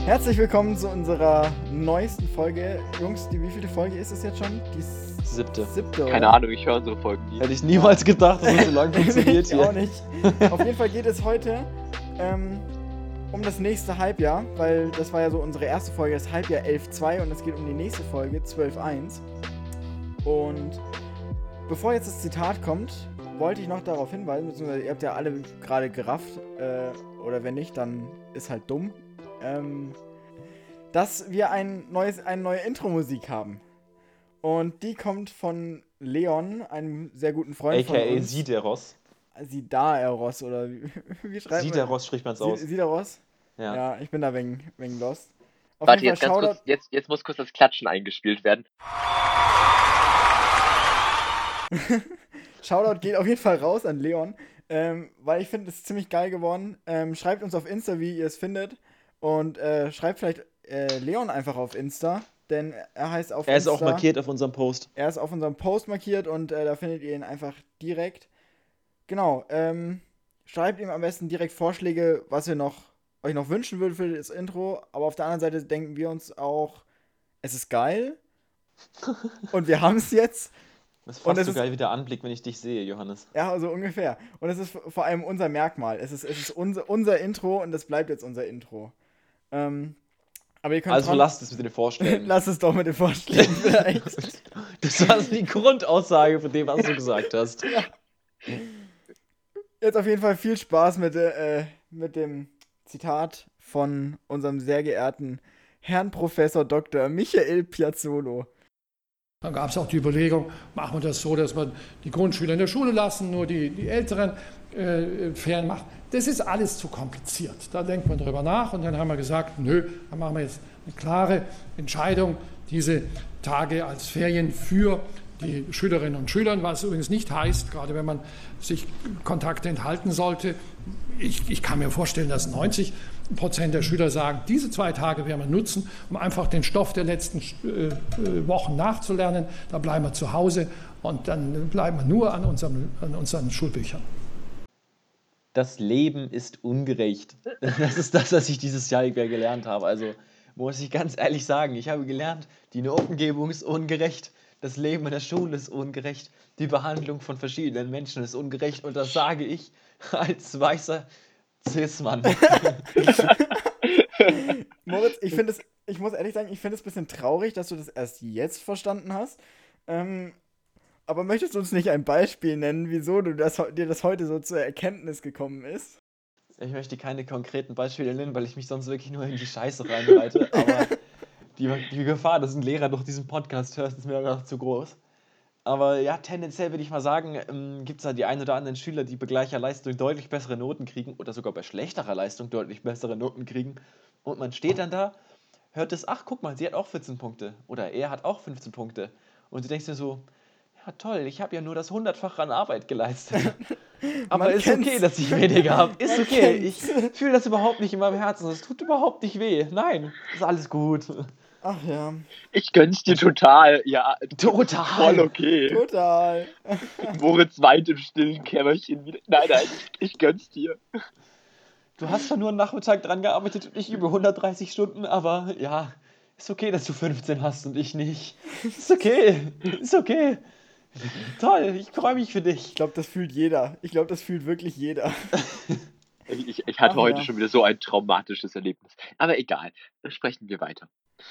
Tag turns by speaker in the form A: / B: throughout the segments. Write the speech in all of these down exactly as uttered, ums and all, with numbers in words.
A: Herzlich willkommen zu unserer neuesten Folge. Jungs, die wievielte Folge ist es jetzt schon? Die
B: Siebte.
A: siebte, oder?
C: Keine Ahnung, ich höre unsere Folgen nie.
B: Hätte ich niemals gedacht, dass es so lange funktioniert
A: ich
B: hier.
A: auch nicht. Auf jeden Fall geht es heute ähm, um das nächste Halbjahr, weil das war ja so unsere erste Folge, das Halbjahr elf Punkt zwei, und es geht um die nächste Folge, zwölf Punkt eins. Und bevor jetzt das Zitat kommt, wollte ich noch darauf hinweisen, beziehungsweise ihr habt ja alle gerade gerafft, äh, oder wenn nicht, dann ist halt dumm, ähm, dass wir ein neues, eine neue Intro-Musik haben. Und die kommt von Leon, einem sehr guten Freund von
B: A K A
A: uns.
B: Sideros.
A: Sidaeros, oder wie, wie schreibt man?
B: Sideros spricht man es aus.
A: Sidaeros?
B: Ja.
A: Ja, ich bin da wegen, wegen lost. Auf
C: Warte,
A: jeden
C: jetzt
A: Fall
C: ganz
A: Shoutout.
C: kurz, jetzt, jetzt muss kurz das Klatschen eingespielt werden.
A: Shoutout geht auf jeden Fall raus an Leon, ähm, weil ich finde, es ist ziemlich geil geworden. Ähm, schreibt uns auf Insta, wie ihr es findet, und äh, schreibt vielleicht äh, Leon einfach auf Insta, denn er heißt auf
B: Er ist
A: Insta...
B: auch markiert auf unserem Post.
A: Er ist auf unserem Post markiert und äh, da findet ihr ihn einfach direkt. Genau, ähm, schreibt ihm am besten direkt Vorschläge, was ihr noch, euch noch wünschen würdet für das Intro, aber auf der anderen Seite denken wir uns auch, es ist geil und wir haben es jetzt.
B: Das ist
A: Und
B: fast
A: es
B: so
A: ist-
B: geil wie der Anblick, wenn ich dich sehe, Johannes.
A: Ja, also ungefähr. Und es ist vor allem unser Merkmal. Es ist, es ist unser, unser Intro und es bleibt jetzt unser Intro. Ähm, aber ihr könnt
B: Also
A: dran-
B: lasst es mit den Vorschlägen.
A: Lass es doch mit den Vorschlägen vielleicht.
B: Das war die Grundaussage von dem, was du gesagt hast.
A: Jetzt auf jeden Fall viel Spaß mit, äh, mit dem Zitat von unserem sehr geehrten Herrn Professor Doktor Michael Piazzolo.
D: Dann gab es auch die Überlegung, machen wir das so, dass wir die Grundschüler in der Schule lassen, nur die, die Älteren äh, Ferien machen. Das ist alles zu kompliziert. Da denkt man drüber nach und dann haben wir gesagt, nö, dann machen wir jetzt eine klare Entscheidung, diese Tage als Ferien für die Schülerinnen und Schüler, was übrigens nicht heißt, gerade wenn man sich Kontakte enthalten sollte. Ich, ich kann mir vorstellen, dass neunzig Prozent der Schüler sagen, diese zwei Tage werden wir nutzen, um einfach den Stoff der letzten äh, Wochen nachzulernen. Da bleiben wir zu Hause und dann bleiben wir nur an, unserem, an unseren Schulbüchern.
B: Das Leben ist ungerecht. Das ist das, was ich dieses Jahr gelernt habe. Also muss ich ganz ehrlich sagen, ich habe gelernt, die Notengebung ist ungerecht, das Leben in der Schule ist ungerecht, die Behandlung von verschiedenen Menschen ist ungerecht, und das sage ich als weißer Cis-Mann.
A: Moritz, ich finde es, ich muss ehrlich sagen, ich finde es ein bisschen traurig, dass du das erst jetzt verstanden hast. Ähm, aber möchtest du uns nicht ein Beispiel nennen, wieso du das, dir das heute so zur Erkenntnis gekommen ist?
B: Ich möchte keine konkreten Beispiele nennen, weil ich mich sonst wirklich nur in die Scheiße reinreite, aber die, die Gefahr, dass ein Lehrer durch diesen Podcast hört, ist mir einfach zu groß. Aber ja, tendenziell würde ich mal sagen, ähm, gibt es da die ein oder anderen Schüler, die bei gleicher Leistung deutlich bessere Noten kriegen oder sogar bei schlechterer Leistung deutlich bessere Noten kriegen. Und man steht dann da, hört es, ach guck mal, sie hat auch vierzehn Punkte oder er hat auch fünfzehn Punkte. Und du denkst dir so, ja toll, ich habe ja nur das hundertfache an Arbeit geleistet. Aber
A: Man
B: ist
A: kennt's.
B: okay, dass ich weniger habe. Ist
A: Man
B: okay, ich
A: kennt's.
B: fühle das überhaupt nicht in meinem Herzen. Es tut überhaupt nicht weh. Nein, ist alles gut.
A: Ach ja,
C: Ich gönn's dir total. Ja,
B: Total.
C: voll okay.
A: total.
C: Moritz weint im stillen Kämmerchen wieder. Nein, nein, ich gönn's dir.
B: Du hast zwar nur einen Nachmittag dran gearbeitet und ich über hundertdreißig Stunden, aber ja, ist okay, dass du fünfzehn hast und ich nicht. Ist okay, ist okay. Toll, ich freue mich für dich.
A: Ich glaube, das fühlt jeder. Ich glaube, das fühlt wirklich jeder.
C: Ich, ich hatte
A: Ach,
C: heute
A: ja.
C: schon wieder so ein traumatisches Erlebnis. Aber egal, sprechen wir weiter.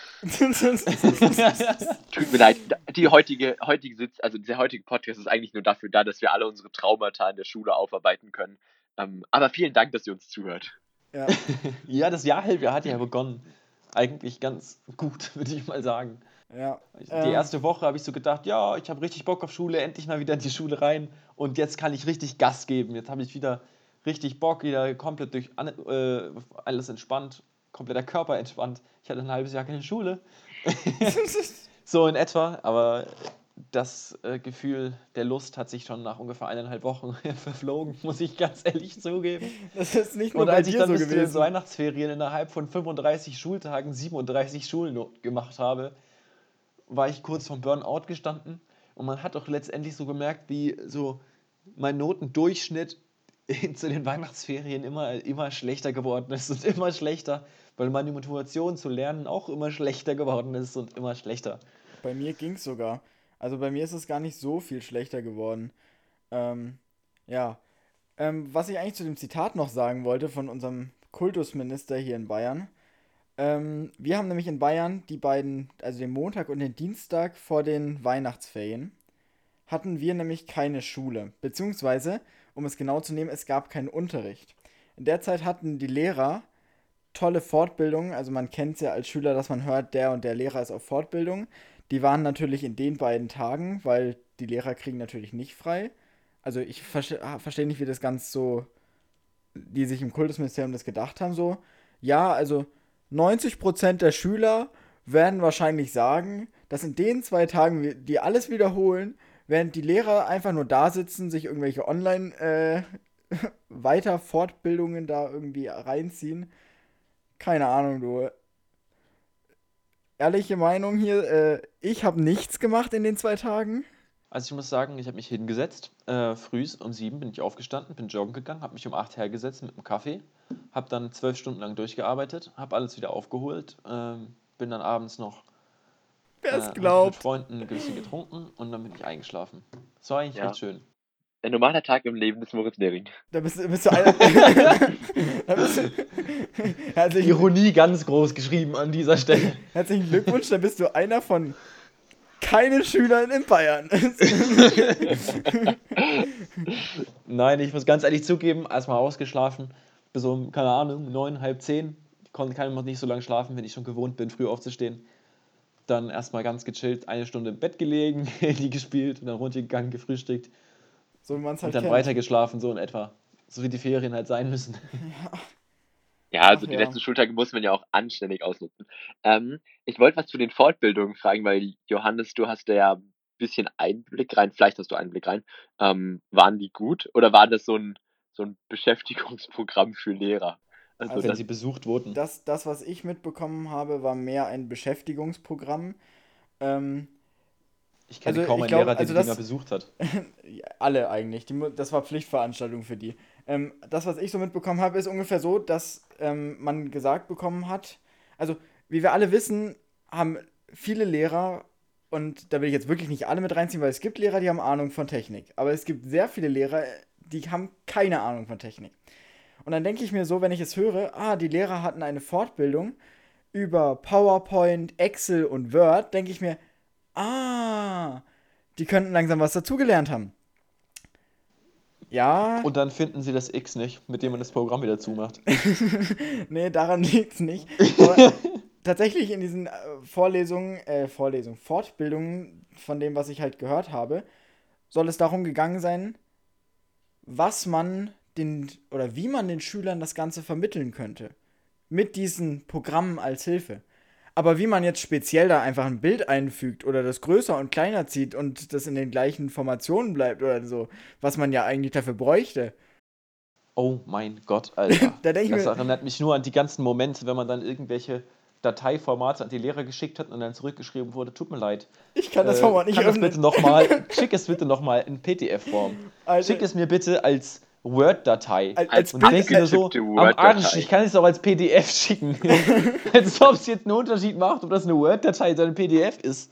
C: Tut mir leid, die heutige, heutige Sitz, also dieser heutige Podcast ist eigentlich nur dafür da, dass wir alle unsere Traumata in der Schule aufarbeiten können. Ähm, aber vielen Dank, dass ihr uns zuhört.
A: Ja.
B: Ja, das Jahrhalbjahr hat ja begonnen. Eigentlich ganz gut, würde ich mal sagen.
A: Ja.
B: Die
A: Ähm,
B: erste Woche habe ich so gedacht, ja, ich habe richtig Bock auf Schule, endlich mal wieder in die Schule rein und jetzt kann ich richtig Gas geben. Jetzt habe ich wieder richtig Bock, wieder komplett durch äh, alles entspannt, kompletter Körper entspannt. Ich hatte ein halbes Jahr keine Schule. So in etwa, aber das äh, Gefühl der Lust hat sich schon nach ungefähr eineinhalb Wochen verflogen, muss ich ganz ehrlich zugeben.
A: Das ist nicht nur
B: Und
A: bei
B: als ich
A: dir
B: dann
A: so
B: bis zu den
A: gewesen.
B: Weihnachtsferien innerhalb von fünfunddreißig Schultagen siebenunddreißig Schulnoten gemacht habe, war ich kurz vom Burnout gestanden. Und man hat auch letztendlich so gemerkt, wie so mein Notendurchschnitt zu den Weihnachtsferien immer, immer schlechter geworden ist und immer schlechter. weil meine Motivation zu lernen auch immer schlechter geworden ist und immer schlechter.
A: Bei mir ging's sogar. Also bei mir ist es gar nicht so viel schlechter geworden. Ähm, ja. Ähm, was ich eigentlich zu dem Zitat noch sagen wollte von unserem Kultusminister hier in Bayern. Ähm, wir haben nämlich in Bayern die beiden, also den Montag und den Dienstag vor den Weihnachtsferien, hatten wir nämlich keine Schule. Beziehungsweise, um es genau zu nehmen, es gab keinen Unterricht. In der Zeit hatten die Lehrer tolle Fortbildungen. Also man kennt es ja als Schüler, dass man hört, der und der Lehrer ist auf Fortbildung. Die waren natürlich in den beiden Tagen, weil die Lehrer kriegen natürlich nicht frei. Also ich verste verstehe nicht, wie das ganz so, die sich im Kultusministerium das gedacht haben, so. Ja, also neunzig Prozent der Schüler werden wahrscheinlich sagen, dass in den zwei Tagen, wir- die alles wiederholen, während die Lehrer einfach nur da sitzen, sich irgendwelche Online äh, weiter Fortbildungen da irgendwie reinziehen. Keine Ahnung, du. Ehrliche Meinung hier, äh, ich habe nichts gemacht in den zwei Tagen.
B: Also ich muss sagen, ich habe mich hingesetzt, äh, frühs um sieben bin ich aufgestanden, bin joggen gegangen, habe mich um acht hergesetzt mit einem Kaffee, habe dann zwölf Stunden lang durchgearbeitet, habe alles wieder aufgeholt, ähm, bin dann abends noch, äh,
A: Wer es
B: habe ich mit
A: glaubt.
B: Freunden ein bisschen getrunken und dann bin ich eingeschlafen. Das war eigentlich
C: Ja.
B: recht schön.
C: Ein normaler Tag im Leben des Moritz Nering.
A: Da bist, du- bist du einer. da bist du, herzlichen,
B: Ironie ganz groß geschrieben an dieser Stelle.
A: herzlichen Glückwunsch, da bist du einer von keinen Schülern in Bayern.
B: Nein, ich muss ganz ehrlich zugeben, erstmal ausgeschlafen, bis um, keine Ahnung, neun, halb zehn. Ich konnte kann noch nicht so lange schlafen, wenn ich schon gewohnt bin, früh aufzustehen. Dann erstmal ganz gechillt, eine Stunde im Bett gelegen, Handy gespielt und dann runtergegangen, gefrühstückt
A: So wie man es
B: und
A: halt
B: dann
A: kennt.
B: weiter geschlafen, so in etwa. So wie die Ferien halt sein müssen.
C: Ja, also
A: Ach
C: die
A: ja.
C: letzten Schultage muss man ja auch anständig ausnutzen. Ähm, ich wollte was zu den Fortbildungen fragen, weil Johannes, du hast da ja ein bisschen Einblick rein, vielleicht hast du Einblick rein. Ähm, waren die gut oder war das so ein, so ein Beschäftigungsprogramm für Lehrer? Also,
A: Also
B: Wenn
C: das,
B: sie besucht wurden.
A: Das, das, was ich mitbekommen habe, war mehr ein Beschäftigungsprogramm. Ähm,
B: Ich kenne
A: also
B: kaum
A: ich
B: einen
A: glaube,
B: Lehrer, der
A: also
B: die Dinger
A: das,
B: besucht hat.
A: ja, alle eigentlich. Die, mu- das war Pflichtveranstaltung für die. Ähm, das, was ich so mitbekommen habe, ist ungefähr so, dass ähm, man gesagt bekommen hat, also wie wir alle wissen, haben viele Lehrer, und da will ich jetzt wirklich nicht alle mit reinziehen, weil es gibt Lehrer, die haben Ahnung von Technik. Aber es gibt sehr viele Lehrer, die haben keine Ahnung von Technik. Und dann denke ich mir so, wenn ich es höre, ah, die Lehrer hatten eine Fortbildung über PowerPoint, Excel und Word, denke ich mir, ah, die könnten langsam was dazugelernt haben. Ja,
B: Und dann finden sie das X nicht, mit dem man das Programm wieder zumacht.
A: nee, daran liegt's nicht. Aber tatsächlich in diesen äh, Vorlesungen, äh, Vorlesungen, Fortbildungen, von dem, was ich halt gehört habe, soll es darum gegangen sein, was man den, oder wie man den Schülern das Ganze vermitteln könnte. Mit diesen Programmen als Hilfe. Aber wie man jetzt speziell da einfach ein Bild einfügt oder das größer und kleiner zieht und das in den gleichen Formationen bleibt oder so, was man ja eigentlich dafür bräuchte.
B: Oh mein Gott, Alter.
A: Da denk ich
B: Das
A: mir-
B: erinnert mich nur an die ganzen Momente, wenn man dann irgendwelche Dateiformate an die Lehrer geschickt hat und dann zurückgeschrieben wurde, tut mir leid.
A: Ich kann das
B: Äh,
A: Format nicht
B: kann das
A: öffnen.
B: bitte noch mal, schick es bitte nochmal in P D F-Form.
A: Alter.
B: Schick es mir bitte als Word-Datei.
A: Als-
C: als
B: Und
A: Bild-
B: denkst du nur so,
C: handgetippte
B: am Arsch,
C: Word-Datei.
B: ich kann es auch als P D F schicken. Als ob es jetzt einen Unterschied macht, ob das eine Word-Datei oder eine P D F ist.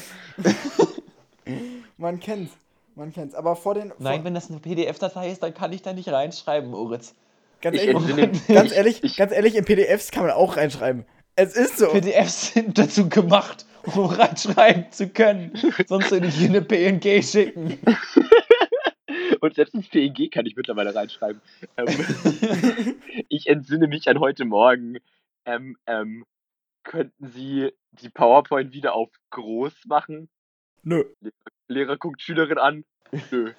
A: Man kennt's. Man kennt's. Aber vor den.
B: Nein,
A: vor,
B: wenn das eine P D F-Datei ist, dann kann ich da nicht reinschreiben, Moritz.
A: ganz,
C: Ich
A: ehrlich,
C: entsinne,
A: ganz
C: ich-
A: ehrlich,
C: ich,
A: ganz ehrlich, in P D Fs kann man auch reinschreiben. Es ist so.
B: P D Fs sind dazu gemacht, um reinschreiben zu können. Sonst würde ich hier eine P N G schicken.
C: Und selbst ins P N G kann ich mittlerweile reinschreiben. Ähm, ich entsinne mich an heute Morgen. Ähm, ähm, könnten Sie die PowerPoint wieder auf groß machen?
A: Nö.
C: Lehrer guckt Schülerin an. Nö.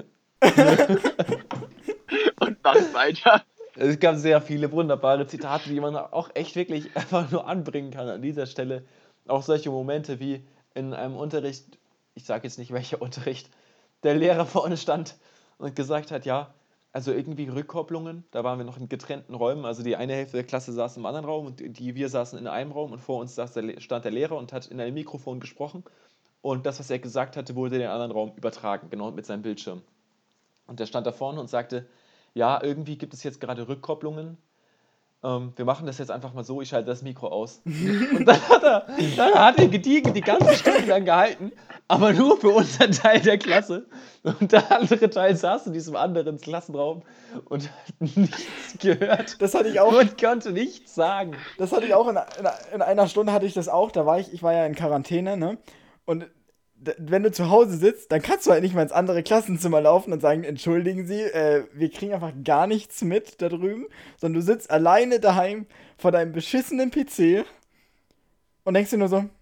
C: Und macht weiter.
B: Es gab sehr viele wunderbare Zitate, die man auch echt wirklich einfach nur anbringen kann an dieser Stelle. Auch solche Momente wie in einem Unterricht, ich sage jetzt nicht welcher Unterricht, der Lehrer vorne stand und gesagt hat, ja, also irgendwie Rückkopplungen, da waren wir noch in getrennten Räumen, also die eine Hälfte der Klasse saß im anderen Raum und die, die wir saßen in einem Raum und vor uns saß der, Le- stand der Lehrer und hat in einem Mikrofon gesprochen und das, was er gesagt hatte, wurde in den anderen Raum übertragen, genau mit seinem Bildschirm. Und der stand da vorne und sagte, ja, irgendwie gibt es jetzt gerade Rückkopplungen ähm, wir machen das jetzt einfach mal so, ich schalte das Mikro aus. Und dann hat er, dann hat er gediegen die ganze Stunde lang gehalten, aber nur für unseren Teil der Klasse. Und der andere Teil saß in diesem anderen Klassenraum und hat nichts gehört
A: Das hatte ich auch.
B: und konnte nichts sagen.
A: Das hatte ich auch in, in, in einer Stunde hatte ich das auch. Da war ich, ich war ja in Quarantäne, ne? Und d- wenn du zu Hause sitzt, dann kannst du halt nicht mal ins andere Klassenzimmer laufen und sagen, entschuldigen Sie, äh, wir kriegen einfach gar nichts mit da drüben, sondern du sitzt alleine daheim vor deinem beschissenen P C und denkst dir nur so,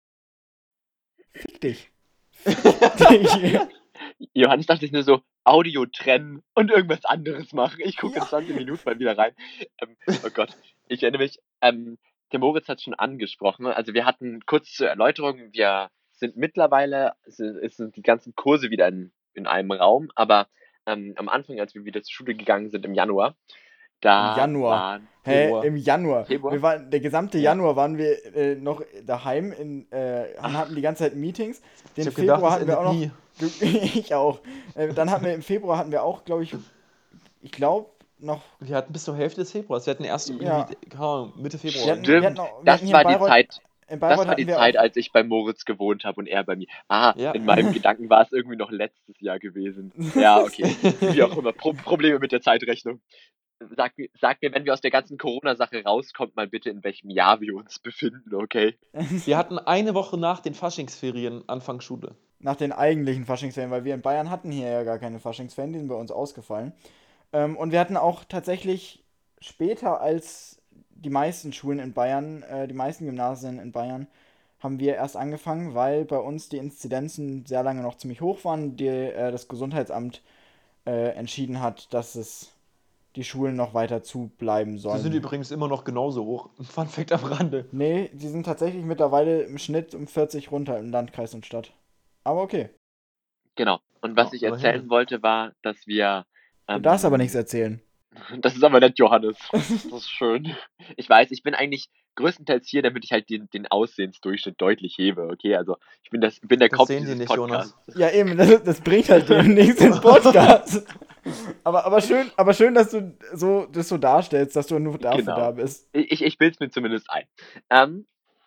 A: fick dich. Fick dich.
C: Johannes dachte sich nur so, Audio trennen und irgendwas anderes machen. Ich gucke
A: Ja.
C: in zwanzig Minuten mal wieder rein. Ähm, oh Gott, ich erinnere mich, ähm, der Moritz hat schon angesprochen. Also wir hatten kurz zur Erläuterung, wir sind mittlerweile, es es sind die ganzen Kurse wieder in, in einem Raum, aber ähm, am Anfang, als wir wieder zur Schule gegangen sind im Januar,
A: Im
C: da
A: Januar.
C: waren
A: Hä,
B: Februar.
A: im Januar.
C: Februar?
A: Wir waren, der gesamte
B: Ja.
A: Januar waren wir äh, noch daheim in, äh, und hatten die ganze Zeit Meetings. Den
B: Ich hab
A: Februar
B: gedacht, das
A: hatten wir auch noch.
B: endet nie.
A: Du, ich auch. Äh, dann hatten wir im Februar hatten wir auch, glaube ich, ich glaube noch.
B: Wir hatten bis zur Hälfte des Februars. Wir hatten erst
A: Ja.
B: irgendwie, keine Ahnung, Mitte Februar.
A: Wir hatten,
C: Stimmt,
A: wir hatten, auch, wir
C: das
A: hatten hier
C: war
A: in
C: die
A: Bayreuth,
C: Zeit,
A: in
C: das
A: Bayreuth
C: war
A: hatten
C: die
A: wir
C: Zeit,
A: auch.
C: als ich bei Moritz gewohnt habe und er bei mir. Ah,
B: Ja.
C: in meinem Gedanken war es irgendwie noch letztes Jahr gewesen. Ja, okay. Wie auch immer. Pro Probleme mit der Zeitrechnung. Sag, mir- sag mir, wenn wir aus der ganzen Corona-Sache rauskommen, mal bitte, in welchem Jahr wir uns befinden, okay?
B: Wir hatten eine Woche nach den Faschingsferien Anfang Schule.
A: Nach den eigentlichen Faschingsferien, weil wir in Bayern hatten hier ja gar keine Faschingsferien, die sind bei uns ausgefallen. Ähm, und wir hatten auch tatsächlich später als die meisten Schulen in Bayern, äh, die meisten Gymnasien in Bayern, haben wir erst angefangen, weil bei uns die Inzidenzen sehr lange noch ziemlich hoch waren, die, äh, das Gesundheitsamt äh, entschieden hat, dass es die Schulen noch weiter zubleiben
B: Sie
A: sollen.
B: sind übrigens immer noch genauso hoch. Fun Fact am Rande.
A: Nee, die sind tatsächlich mittlerweile im Schnitt um vierzig runter im Landkreis und Stadt. Aber okay.
C: Genau. Und was
B: Ja,
C: ich
B: immerhin.
C: erzählen wollte, war, dass wir.
A: Du
C: Ähm,
A: darfst aber nichts erzählen.
C: Das ist aber nett, Johannes. Das ist schön. Ich weiß, ich bin eigentlich größtenteils hier, damit ich halt den, den Aussehensdurchschnitt deutlich hebe, okay? Also ich bin, das, bin der
B: Das
C: Kopf
B: sehen die
C: dieses
B: nicht,
C: Podcasts.
A: Ja, eben, das, das bringt halt demnächst den Podcast. Aber, aber, schön, aber schön, dass du so, das so darstellst, dass du nur dafür
C: Genau.
A: da bist.
C: Ich, ich bilde es mir zumindest ein. Ähm,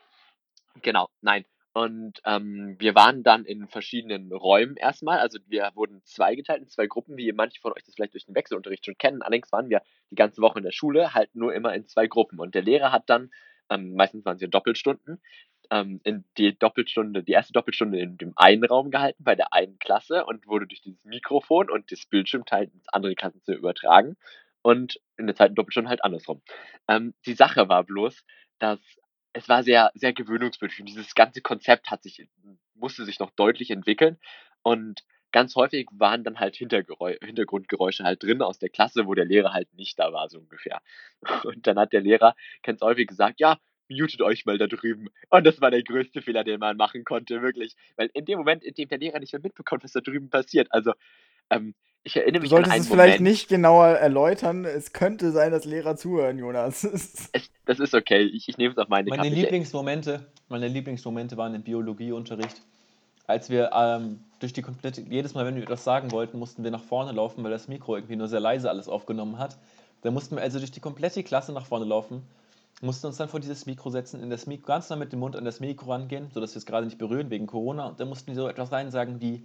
C: genau, nein. Und ähm, wir waren dann in verschiedenen Räumen erstmal. Also wir wurden zweigeteilt in zwei Gruppen, wie manche von euch das vielleicht durch den Wechselunterricht schon kennen. Allerdings waren wir die ganze Woche in der Schule, halt nur immer in zwei Gruppen. Und der Lehrer hat dann, ähm, meistens waren es ja Doppelstunden, ähm, in die Doppelstunde, die erste Doppelstunde in dem einen Raum gehalten, bei der einen Klasse und wurde durch dieses Mikrofon und das Bildschirmteil ins andere Klassenzimmer übertragen. Und in der zweiten Doppelstunde halt andersrum. Ähm, die Sache war bloß, dass es war sehr, sehr gewöhnungsbedürftig. Und dieses ganze Konzept hat sich, musste sich noch deutlich entwickeln. Und ganz häufig waren dann halt Hintergereu Hintergrundgeräusche halt drin aus der Klasse, wo der Lehrer halt nicht da war, so ungefähr. Und dann hat der Lehrer ganz häufig gesagt, ja, mutet euch mal da drüben. Und das war der größte Fehler, den man machen konnte, wirklich. Weil in dem Moment, in dem der Lehrer nicht mehr mitbekommt, was da drüben passiert, also, ähm, ich erinnere
A: Du
C: mich
A: solltest
C: an einen
A: es vielleicht
C: Moment.
A: nicht genauer erläutern. Es könnte sein, dass Lehrer zuhören, Jonas.
C: Es, das ist okay, ich, ich nehme es auf meine
B: Meine
C: Kappe. Ich-
B: Lieblingsmomente, meine Lieblingsmomente waren im Biologieunterricht. Als wir ähm, durch die komplette, jedes Mal, wenn wir etwas sagen wollten, mussten wir nach vorne laufen, weil das Mikro irgendwie nur sehr leise alles aufgenommen hat. Da mussten wir also durch die komplette Klasse nach vorne laufen, mussten uns dann vor dieses Mikro setzen, in das Mikro, ganz nah mit dem Mund an das Mikro rangehen, sodass wir es gerade nicht berühren wegen Corona. Und dann mussten wir so etwas rein sagen wie: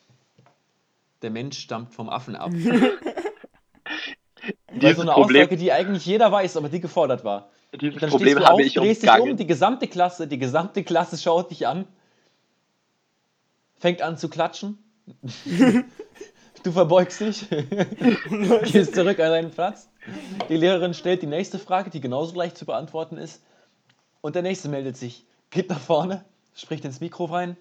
B: Der Mensch stammt vom Affen ab. Das war
C: Dieses
B: so eine
C: Problem,
B: Aussage, die eigentlich jeder weiß, aber die gefordert war.
C: dieses
B: Dann
C: Problem
B: stehst du
C: habe
B: auf,
C: ich
B: drehst dich um,
C: umgangen.
B: die gesamte Klasse, die gesamte Klasse schaut dich an, fängt an zu klatschen. Du verbeugst dich, gehst zurück an deinen Platz. Die Lehrerin stellt die nächste Frage, die genauso leicht zu beantworten ist. Und der nächste meldet sich, geht nach vorne, spricht ins Mikro rein.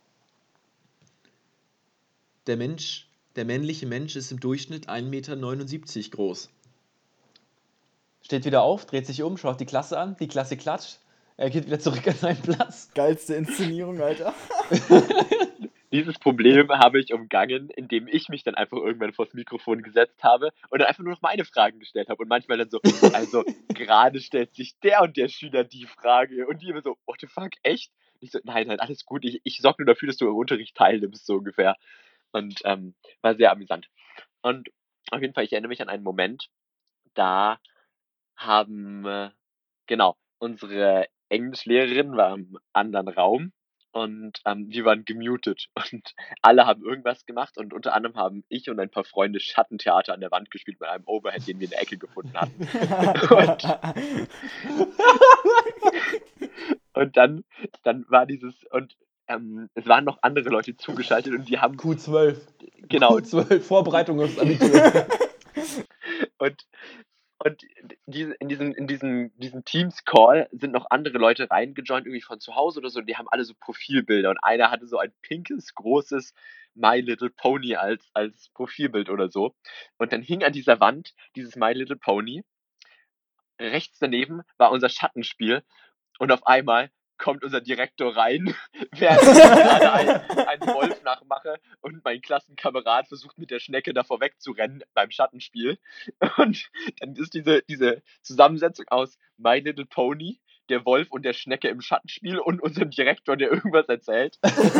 B: Der Mensch, der männliche Mensch ist im Durchschnitt ein Meter neunundsiebzig groß. Steht wieder auf, dreht sich um, schaut die Klasse an, die Klasse klatscht, er geht wieder zurück an seinen Platz.
A: Geilste Inszenierung, Alter.
C: Dieses Problem habe ich umgangen, indem ich mich dann einfach irgendwann vors Mikrofon gesetzt habe und dann einfach nur noch meine Fragen gestellt habe. Und manchmal dann so, also gerade stellt sich der und der Schüler die Frage und die immer so, what the fuck, echt? Ich so, nein, nein, alles gut, ich, ich sorge nur dafür, dass du im Unterricht teilnimmst, so ungefähr. Und ähm, war sehr amüsant. Und auf jeden Fall, ich erinnere mich an einen Moment, da haben, äh, genau, unsere Englischlehrerin war im anderen Raum und ähm, wir waren gemutet und alle haben irgendwas gemacht und unter anderem haben ich und ein paar Freunde Schattentheater an der Wand gespielt mit einem Overhead, den wir in der Ecke gefunden hatten. Und, und dann, dann war dieses, und ähm, es waren noch andere Leute zugeschaltet und die haben,
B: Q zwölf.
C: genau,
B: Q zwölf, Vorbereitung aufs Abitur.
C: und Und diese, in diesem, in diesem, diesem Teams-Call sind noch andere Leute reingejoint, irgendwie von zu Hause oder so, und die haben alle so Profilbilder. Und einer hatte so ein pinkes, großes My Little Pony als, als Profilbild oder so. Und dann hing an dieser Wand dieses My Little Pony. Rechts daneben war unser Schattenspiel. Und auf einmal kommt unser Direktor rein, während ich gerade einen, einen Wolf nachmache und mein Klassenkamerad versucht mit der Schnecke davor wegzurennen beim Schattenspiel. Und dann ist diese, diese Zusammensetzung aus My Little Pony, der Wolf und der Schnecke im Schattenspiel und unserem Direktor, der irgendwas erzählt.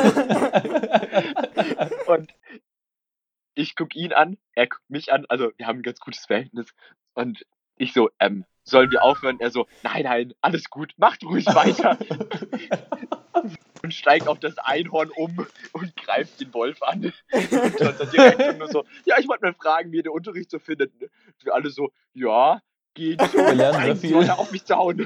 C: Und ich gucke ihn an, er guckt mich an, also wir haben ein ganz gutes Verhältnis. Und ich so, ähm, sollen wir aufhören? Er so, nein, nein, alles gut, macht ruhig weiter. Und steigt auf das Einhorn um und greift den Wolf an. Und unser Direktor nur so, ja, ich wollte mal fragen, wie der Unterricht so findet. Und wir alle so, ja, geht so.
B: Wir lernen sehr
C: Nein,
B: viel.
C: soll er auf mich zu hauen.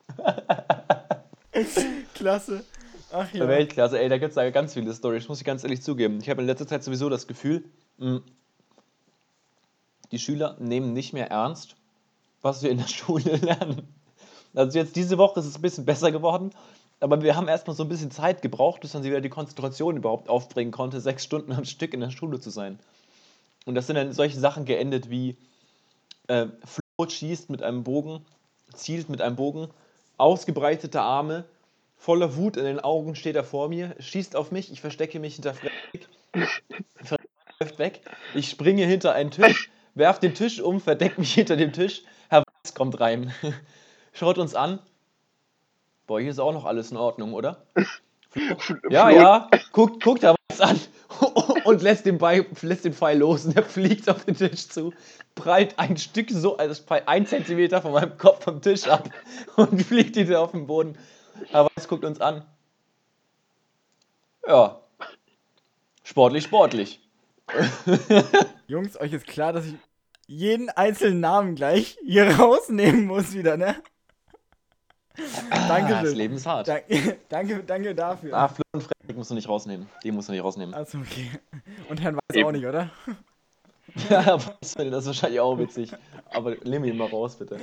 A: Klasse. Ach ja.
B: Weltklasse, ey, da gibt es da ganz viele Storys, muss ich ganz ehrlich zugeben. Ich habe in letzter Zeit sowieso das Gefühl, mh, die Schüler nehmen nicht mehr ernst, was wir in der Schule lernen. Also jetzt diese Woche ist es ein bisschen besser geworden, aber wir haben erstmal so ein bisschen Zeit gebraucht, bis dann sie wieder die Konzentration überhaupt aufbringen konnte, sechs Stunden am Stück in der Schule zu sein. Und das sind dann solche Sachen geendet wie äh, Flo schießt mit einem Bogen, zielt mit einem Bogen, ausgebreitete Arme, voller Wut in den Augen steht er vor mir, schießt auf mich, ich verstecke mich hinter Frederik, Frederik läuft weg, ich springe hinter einen Tisch, werf den Tisch um, verdecke mich hinter dem Tisch, Herr Weiß kommt rein, schaut uns an, boah, hier ist auch noch alles in Ordnung, oder? Flo, ja, ja, guckt, guckt Herr Weiß an und lässt den, Ball, lässt den Pfeil los und er fliegt auf den Tisch zu, prallt ein Stück so, also ein Zentimeter von meinem Kopf vom Tisch ab und fliegt wieder auf den Boden. Herr Weiß guckt uns an. Ja. Sportlich, sportlich.
A: Jungs, euch ist klar, dass ich jeden einzelnen Namen gleich hier rausnehmen muss wieder, ne? Danke
B: Ah, das
A: schön.
B: Leben ist hart.
A: Danke, danke, danke dafür.
B: Ah, Flo und Frederik musst du nicht rausnehmen. Die musst du nicht rausnehmen.
A: Also okay. Und Herrn Weiß
C: Eben.
A: auch nicht, oder?
B: Ja, das finde das wahrscheinlich auch witzig. Aber nimm ihn mal raus, bitte.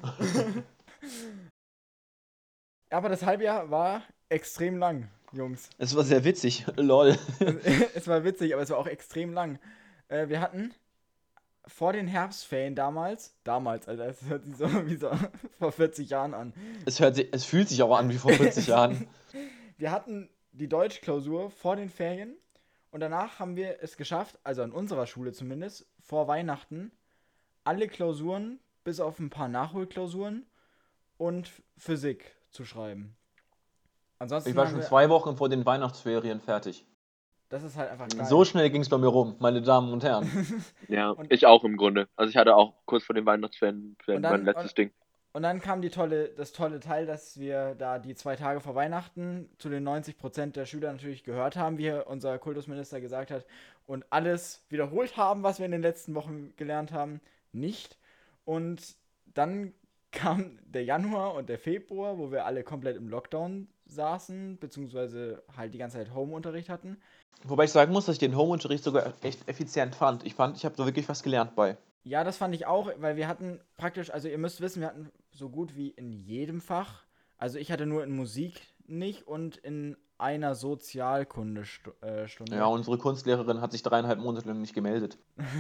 A: Aber das Halbjahr war extrem lang, Jungs.
B: Es war sehr witzig. Lol.
A: Es war witzig, aber es war auch extrem lang. Äh, wir hatten vor den Herbstferien damals, damals, also es hört sich so wie so vor vierzig Jahren an.
B: Es, hört sich, es fühlt sich auch an wie vor vierzig Jahren.
A: Wir hatten die Deutschklausur vor den Ferien und danach haben wir es geschafft, also an unserer Schule zumindest, vor Weihnachten alle Klausuren, bis auf ein paar Nachholklausuren und Physik zu schreiben. Ansonsten
B: Ich war
A: haben
B: schon
A: wir,
B: zwei Wochen vor den Weihnachtsferien fertig.
A: das ist halt einfach geil.
B: So schnell ging es bei mir rum, meine Damen und Herren.
C: Ja,
A: Und-
C: ich auch im Grunde. Also ich hatte auch kurz vor den Weihnachtsferien
A: Und dann-
C: mein letztes
A: und-
C: Ding.
A: Und dann kam die tolle, das tolle Teil, dass wir da die zwei Tage vor Weihnachten zu den neunzig Prozent der Schüler natürlich gehört haben, wie unser Kultusminister gesagt hat, und alles wiederholt haben, was wir in den letzten Wochen gelernt haben, nicht. Und dann kam der Januar und der Februar, wo wir alle komplett im Lockdown saßen, beziehungsweise halt die ganze Zeit Home-Unterricht hatten.
B: Wobei ich sagen muss, dass ich den Home-Unterricht sogar echt effizient fand. Ich fand, ich habe da wirklich was gelernt bei.
A: Ja, das fand ich auch, weil wir hatten praktisch, also ihr müsst wissen, wir hatten so gut wie in jedem Fach, also ich hatte nur in Musik nicht und in einer Sozialkunde-Stunde.
B: Ja, unsere Kunstlehrerin hat sich dreieinhalb Monate lang nicht gemeldet.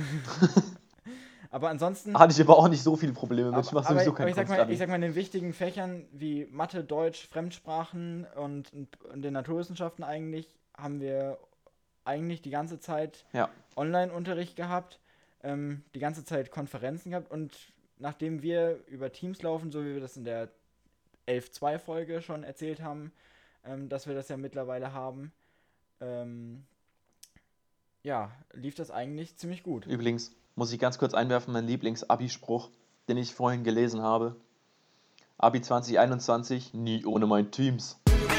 A: Aber ansonsten,
B: Hatte ich aber auch nicht so viele Probleme mit.
A: aber,
B: Ich mache
A: aber,
B: sowieso
A: aber
B: kein
A: ich, sag mal,
B: Kunstabi.
A: ich sag mal, in den wichtigen Fächern wie Mathe, Deutsch, Fremdsprachen und, und den Naturwissenschaften eigentlich, haben wir eigentlich die ganze Zeit
B: Ja.
A: Online-Unterricht gehabt, ähm, die ganze Zeit Konferenzen gehabt und nachdem wir über Teams laufen, so wie wir das in der elf Punkt zwei Folge schon erzählt haben, ähm, dass wir das ja mittlerweile haben, ähm, ja, lief das eigentlich ziemlich gut.
B: Übrigens muss ich ganz kurz einwerfen, mein Lieblings-Abi-Spruch. den ich vorhin gelesen habe. Abi zwanzig einundzwanzig, nie ohne mein Teams.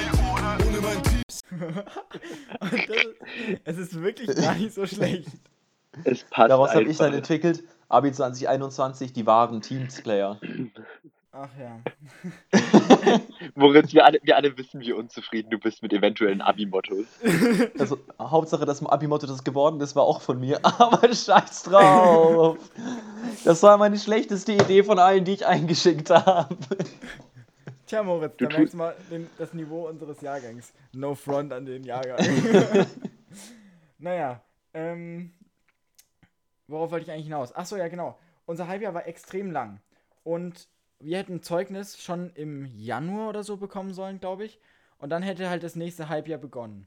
A: Und das ist, es ist wirklich gar nicht so schlecht.
C: Es passt
B: Daraus habe ich
C: einfach.
B: dann entwickelt, Abi zwanzig einundzwanzig, die wahren Teams-Player.
A: Ach ja.
C: Moritz, wir alle, wir alle wissen, wie unzufrieden du bist mit eventuellen Abi-Mottos.
B: Also, Hauptsache, das Abi-Motto, das geworden ist, war auch von mir. Aber scheiß drauf. Das war meine schlechteste Idee von allen, die ich eingeschickt habe.
A: Tja, Moritz,
C: Du
A: da
C: tu-
A: merkst du mal den, das Niveau unseres Jahrgangs. No front an den Jahrgang. Naja, ähm, worauf wollte ich eigentlich hinaus? Achso, ja genau. Unser Halbjahr war extrem lang. Und wir hätten ein Zeugnis schon im Januar oder so bekommen sollen, glaube ich. Und dann hätte halt das nächste Halbjahr begonnen.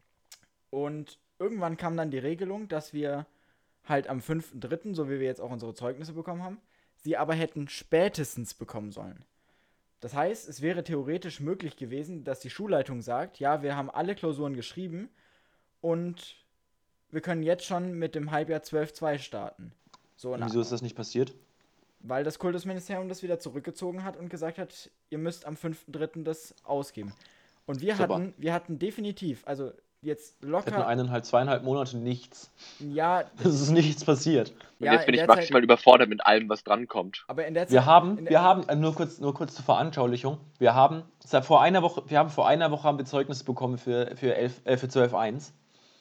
A: Und irgendwann kam dann die Regelung, dass wir halt am fünften dritten, so wie wir jetzt auch unsere Zeugnisse bekommen haben, sie aber hätten spätestens bekommen sollen. Das heißt, es wäre theoretisch möglich gewesen, dass die Schulleitung sagt, ja, wir haben alle Klausuren geschrieben und wir können jetzt schon mit dem Halbjahr zwölf zwei starten. So,
B: Und
A: na,
B: wieso ist das nicht passiert?
A: weil das Kultusministerium das wieder zurückgezogen hat und gesagt hat, ihr müsst am fünften dritten das ausgeben. Und wir
B: Super.
A: hatten, wir hatten definitiv, also jetzt
B: Wir hatten
A: locker,
B: eineinhalb, zweieinhalb Monate nichts.
A: ja,
B: Es ist nichts passiert.
C: Und
A: ja,
C: jetzt bin
A: in
C: ich
A: der
C: maximal
A: Zeit,
C: überfordert mit allem, was drankommt.
A: aber in der Zeit,
B: Wir haben,
A: in der,
B: wir haben, äh, nur kurz, nur kurz zur Veranschaulichung, wir haben seit vor einer Woche, wir haben vor einer Woche haben wir Zeugnisse bekommen für, für, elf, äh, für zwölf eins.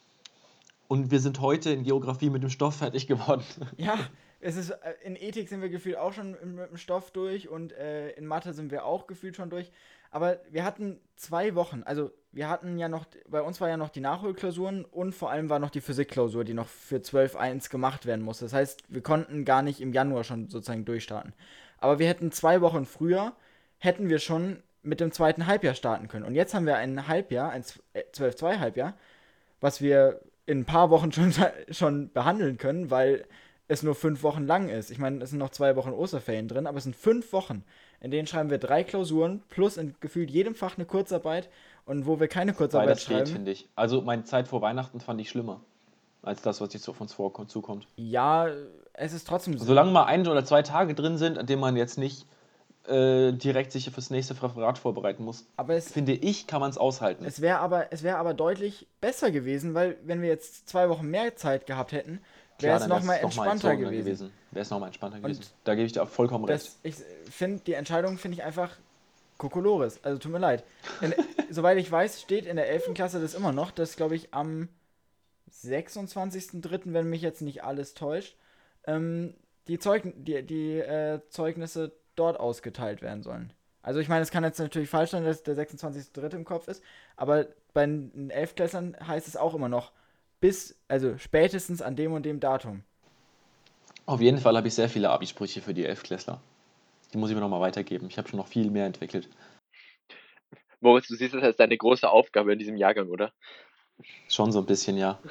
B: Und wir sind heute in Geografie mit dem Stoff fertig geworden.
A: ja, es ist, äh, in Ethik sind wir gefühlt auch schon mit dem Stoff durch und äh, in Mathe sind wir auch gefühlt schon durch. Aber wir hatten zwei Wochen, also wir hatten ja noch, bei uns war ja noch die Nachholklausuren und vor allem war noch die Physikklausur, die noch für zwölf eins gemacht werden musste. Das heißt, wir konnten gar nicht im Januar schon sozusagen durchstarten. Aber wir hätten zwei Wochen früher, hätten wir schon mit dem zweiten Halbjahr starten können. Und jetzt haben wir ein Halbjahr, ein zwölf zwei Halbjahr, was wir in ein paar Wochen schon, schon behandeln können, weil es nur fünf Wochen lang ist. Ich meine, es sind noch zwei Wochen Osterferien drin, aber es sind fünf Wochen, in denen schreiben wir drei Klausuren plus in gefühlt jedem Fach eine Kurzarbeit und wo wir keine Kurzarbeit
B: Beides geht,
A: schreiben.
B: finde ich. Also meine Zeit vor Weihnachten fand ich schlimmer als das, was jetzt auf uns vor zukommt.
A: Ja, es ist trotzdem so.
B: Solange mal ein oder zwei Tage drin sind, an denen man jetzt nicht äh, direkt sich fürs nächste Referat vorbereiten muss,
A: Aber es,
B: finde ich, kann man es aushalten.
A: es wäre aber, es wär aber deutlich besser gewesen, weil wenn wir jetzt zwei Wochen mehr Zeit gehabt hätten, wäre es
B: dann
A: nochmal
B: wär's noch mal
A: entspannter
B: entzogener
A: gewesen.
B: Wäre es nochmal entspannter
A: Und
B: gewesen. Da gebe ich dir auch vollkommen recht.
A: Das, ich finde, die Entscheidung finde ich einfach Kokolores. Also tut mir leid. In, soweit ich weiß, steht in der elften Klasse das immer noch, dass, glaube ich, am sechsundzwanzigsten dritten, wenn mich jetzt nicht alles täuscht, ähm, die, Zeug die, die äh, Zeugnisse dort ausgeteilt werden sollen. Also ich meine, es kann jetzt natürlich falsch sein, dass der sechsundzwanzigste dritte im Kopf ist, aber bei den Elftklässlern heißt es auch immer noch bis, also spätestens an dem und dem Datum.
B: Auf jeden Fall habe ich sehr viele Abi-Sprüche für die Elftklässler. Die muss ich mir nochmal weitergeben. Ich habe schon noch viel mehr entwickelt.
C: Moritz, du siehst das als deine große Aufgabe in diesem Jahrgang, oder?
B: Schon so ein bisschen, ja.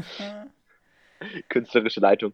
C: Künstlerische Leitung.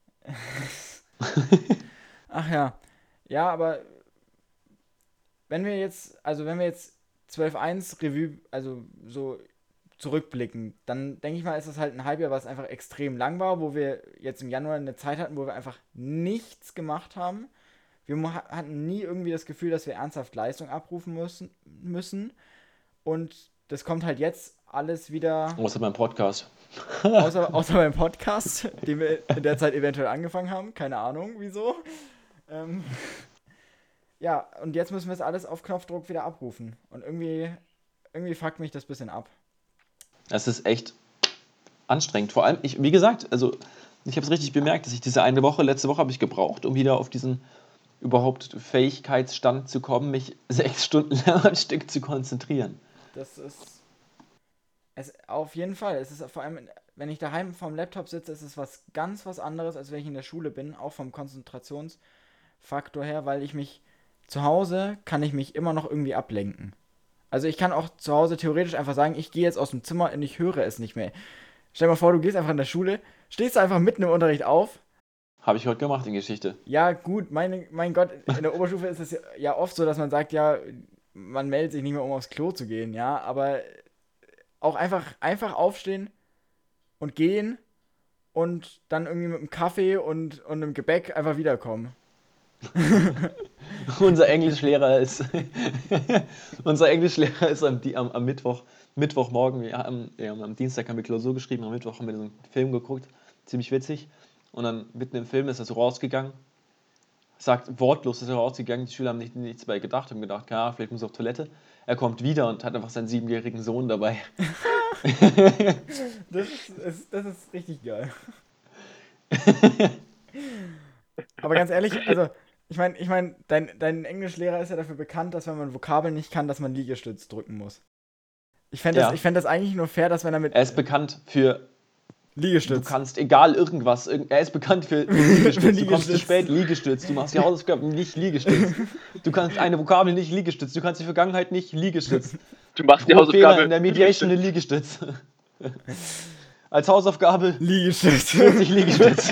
A: Ach ja. Ja, aber wenn wir jetzt, also wenn wir jetzt zwölf eins Revue, also so zurückblicken, dann denke ich mal, ist das halt ein Halbjahr, was einfach extrem lang war, wo wir jetzt im Januar eine Zeit hatten, wo wir einfach nichts gemacht haben. Wir mu- hatten nie irgendwie das Gefühl, dass wir ernsthaft Leistung abrufen müssen. müssen. Und das kommt halt jetzt alles wieder,
B: Außer beim Podcast.
A: außer, außer beim Podcast, den wir in der Zeit eventuell angefangen haben. Keine Ahnung, wieso. Ähm, ja, und jetzt müssen wir es alles auf Knopfdruck wieder abrufen. Und irgendwie, irgendwie fuckt mich das ein bisschen ab.
B: Das ist echt anstrengend. Vor allem, ich, wie gesagt, also ich habe es richtig bemerkt, dass ich diese eine Woche, letzte Woche habe ich gebraucht, um wieder auf diesen überhaupt Fähigkeitsstand zu kommen, mich sechs Stunden lang am Stück zu konzentrieren.
A: Das ist. Es, auf jeden Fall. Es ist vor allem, wenn ich daheim vorm Laptop sitze, ist es was ganz was anderes, als wenn ich in der Schule bin, auch vom Konzentrationsfaktor her, weil ich mich zu Hause kann ich mich immer noch irgendwie ablenken. Also ich kann auch zu Hause theoretisch einfach sagen, ich gehe jetzt aus dem Zimmer und ich höre es nicht mehr. Stell dir mal vor, du gehst einfach in der Schule, stehst einfach mitten im Unterricht auf.
B: Habe ich heute gemacht in Geschichte.
A: Ja, gut, meine, mein Gott, in der Oberstufe ist es ja- ja oft so, dass man sagt, ja, man meldet sich nicht mehr, um aufs Klo zu gehen, ja, aber auch einfach, einfach aufstehen und gehen und dann irgendwie mit einem Kaffee und, und einem Gebäck einfach wiederkommen.
B: unser Englischlehrer ist unser Englischlehrer ist am, Di- am, am Mittwoch, Mittwochmorgen, wir haben, ja, am Dienstag haben wir Klausur geschrieben, am Mittwoch haben wir so einen Film geguckt, ziemlich witzig. Und dann mitten im Film ist er so rausgegangen, sagt wortlos ist er rausgegangen, die Schüler haben nicht, nichts dabei gedacht, haben gedacht, ja, vielleicht muss er auf Toilette. Er kommt wieder und hat einfach seinen siebenjährigen Sohn dabei.
A: Das ist, ist, das ist richtig geil. Aber ganz ehrlich, also, ich meine, ich mein, dein, dein Englischlehrer ist ja dafür bekannt, dass wenn man Vokabeln nicht kann, dass man Liegestütz drücken muss. Ich fände das,
B: Ja.
A: ich fänd das eigentlich nur fair, dass wenn er mit
B: Er ist bekannt für, du
A: Liegestütz.
B: kannst egal irgendwas, irg- er ist bekannt für Liegestütz, du kommst zu
A: Liegestütz.
B: spät, Liegestütz, du machst die Hausaufgaben nicht Liegestütz, du kannst eine Vokabel nicht Liegestütz, du kannst die Vergangenheit nicht Liegestütz,
C: Du machst die
B: pro Fehler
C: Hausaufgabe.
B: in der Mediation eine Liegestütz. Als Hausaufgabe
A: Liegestütz.
B: vierzig Liegestütz.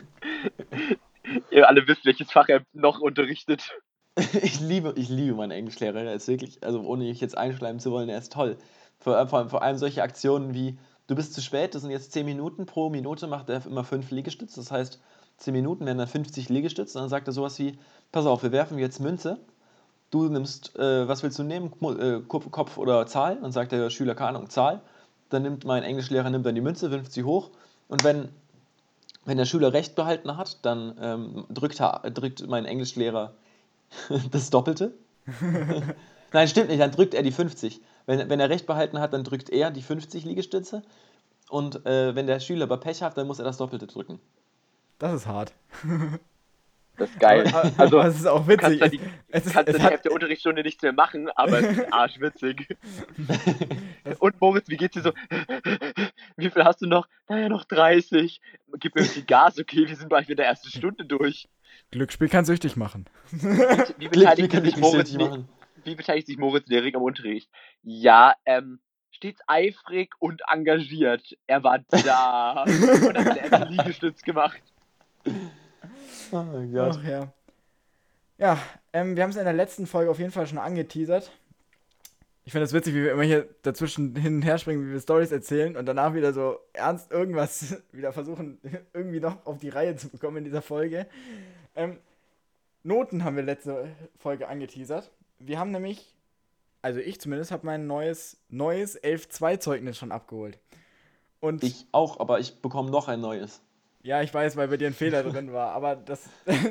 C: Ihr alle wisst, welches Fach er noch unterrichtet.
B: Ich liebe, ich liebe meinen Englischlehrer, er ist wirklich, also ohne mich jetzt einschleimen zu wollen, er ist toll. Vor, vor, allem- vor allem solche Aktionen wie, du bist zu spät, das sind jetzt zehn Minuten, pro Minute macht er immer fünf Liegestütze, das heißt, zehn Minuten wären dann fünfzig Liegestütze, und dann sagt er sowas wie, pass auf, wir werfen jetzt Münze, du nimmst, äh, was willst du nehmen, Mo- äh, Kopf, Kopf oder Zahl, dann sagt der Schüler, keine Ahnung, Zahl, dann nimmt mein Englischlehrer, nimmt dann die Münze, wirft sie hoch, und wenn, wenn der Schüler recht behalten hat, dann ähm, drückt, er, drückt mein Englischlehrer das Doppelte. Nein, stimmt nicht, dann drückt er die fünfzig. Wenn, wenn er recht behalten hat, dann drückt er die fünfzig Liegestütze. Und äh, wenn der Schüler aber Pech hat, dann muss er das Doppelte drücken.
A: Das ist hart.
C: Das ist geil.
A: Aber,
C: Also,
A: aber es ist auch
C: du
A: witzig.
C: kannst dann
A: Es,
C: die,
A: es, ist,
C: kannst
A: es
C: dann die
A: hat,
C: Hälfte der Unterrichtsstunde nichts mehr machen, aber es ist arschwitzig. Und Moritz, wie geht's dir so? Wie viel hast du noch? Naja, noch dreißig. Gib mir irgendwie Gas, okay, wir sind bald mit der ersten Stunde durch.
A: Glücksspiel kann süchtig machen.
C: Wie
B: Glück,
C: beteiligt
B: kann
C: sich
B: ich
C: Moritz,
B: richtig machen.
C: wie beteiligt sich Moritz Lehrig am Unterricht? Ja, ähm, stets eifrig und engagiert. Er war da. Und dann hat er einen Liegestütz gemacht.
B: Oh mein Gott.
A: Ach ja. Ja, ähm, wir haben es in der letzten Folge auf jeden Fall schon angeteasert. Ich finde es witzig, wie wir immer hier dazwischen hin und her springen, wie wir Storys erzählen und danach wieder so ernst irgendwas wieder versuchen, irgendwie noch auf die Reihe zu bekommen in dieser Folge. Ähm, Noten haben wir letzte Folge angeteasert. Wir haben nämlich, also ich zumindest, habe mein neues, neues elf zwei Zeugnis schon abgeholt. Und
B: Ich auch, aber ich bekomme noch ein neues.
A: ja, ich weiß, weil bei dir ein Fehler drin war, aber das...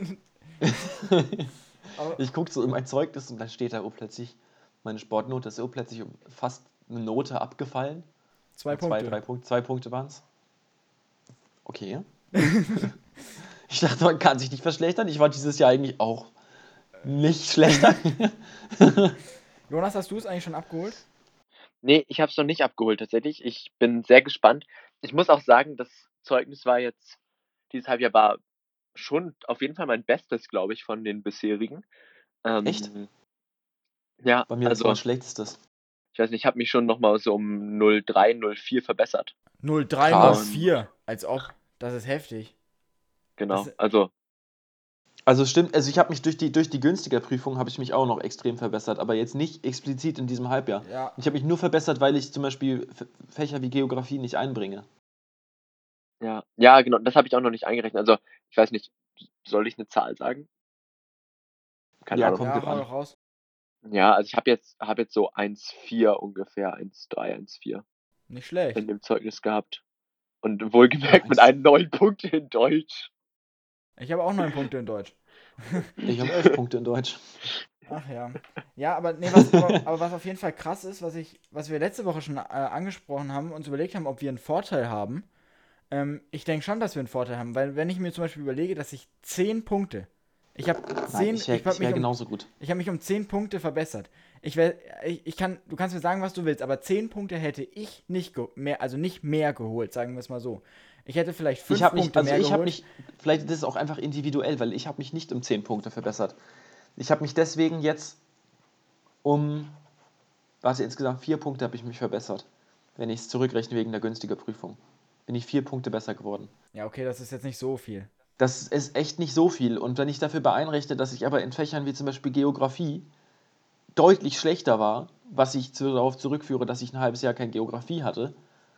A: aber,
B: Ich gucke so in mein Zeugnis und dann steht da oh, plötzlich, meine Sportnote ist oh, plötzlich um fast eine Note abgefallen.
A: zwei
B: Zwei,
A: Punkte.
B: drei Punkte, zwei Punkte waren es. Okay. Ich dachte, man kann sich nicht verschlechtern. Ich war dieses Jahr eigentlich auch nicht schlechter.
A: Jonas, hast du es eigentlich schon abgeholt?
C: Nee, ich habe es noch nicht abgeholt tatsächlich. Ich bin sehr gespannt. Ich muss auch sagen, das Zeugnis war jetzt, dieses Halbjahr war schon auf jeden Fall mein Bestes, glaube ich, von den bisherigen. Ähm,
B: Echt?
C: Ja,
B: Bei mir das
C: also
B: war mein schlechtestes.
C: ich weiß nicht, ich habe mich schon nochmal so um null Komma drei, null Komma vier verbessert.
A: null Komma drei,
B: Krass.
A: null Komma vier. Als ob. Das ist heftig.
C: Genau,
A: Das-
C: also
B: Also stimmt, also ich habe mich durch die, durch die günstiger Prüfung habe ich mich auch noch extrem verbessert, aber jetzt nicht explizit in diesem Halbjahr.
A: Ja.
B: Ich habe mich nur verbessert, weil ich zum Beispiel F- Fächer wie Geografie nicht einbringe.
C: ja, ja, genau, das habe ich auch noch nicht eingerechnet. Also ich weiß nicht, soll ich eine Zahl sagen? Keine
B: Ja,
C: Ahnung.
B: kommt
A: Ja,
B: drauf
A: hau
B: an.
A: doch raus.
C: Ja, also ich habe jetzt, habe jetzt so eins Komma vier ungefähr, eins Komma drei, eins Komma vier
A: Nicht schlecht.
C: in dem Zeugnis gehabt. Und wohlgemerkt mit
B: Nice.
C: einem neun Punkte in Deutsch.
A: Ich habe auch neun Punkte in Deutsch.
B: Ich habe elf Punkte in Deutsch.
A: Ach ja. Ja, aber, nee, was, aber, aber was auf jeden Fall krass ist, was, ich, was wir letzte Woche schon äh, angesprochen haben, uns überlegt haben, ob wir einen Vorteil haben. Ähm, ich denke schon, dass wir einen Vorteil haben, weil wenn ich mir zum Beispiel überlege, dass ich zehn Punkte, ich habe
B: Nein,
A: zehn,
B: ich
A: ich,
B: wäre
A: hab mich
B: wär
A: um,
B: genauso gut.
A: ich habe mich um zehn Punkte verbessert. Ich, wär, ich, ich kann, du kannst mir sagen, was du willst, aber zehn Punkte hätte ich nicht ge- mehr, also nicht mehr geholt, sagen wir es mal so. Ich hätte vielleicht fünf
B: Ich habe mich,
A: Punkte
B: also
A: mehr
B: ich habe
A: geholt.
B: mich, vielleicht ist es auch einfach individuell, weil ich habe mich nicht um zehn Punkte verbessert. Ich habe mich deswegen jetzt um, warte, insgesamt vier Punkte habe ich mich verbessert. Wenn ich es zurückrechne wegen der günstigen Prüfung. Bin ich vier Punkte besser geworden.
A: Ja, okay, das ist jetzt nicht so viel.
B: Das ist echt nicht so viel. Und wenn ich dafür beeinrechne, dass ich aber in Fächern wie zum Beispiel Geografie deutlich schlechter war, was ich zu, darauf zurückführe, dass ich ein halbes Jahr keine Geografie hatte,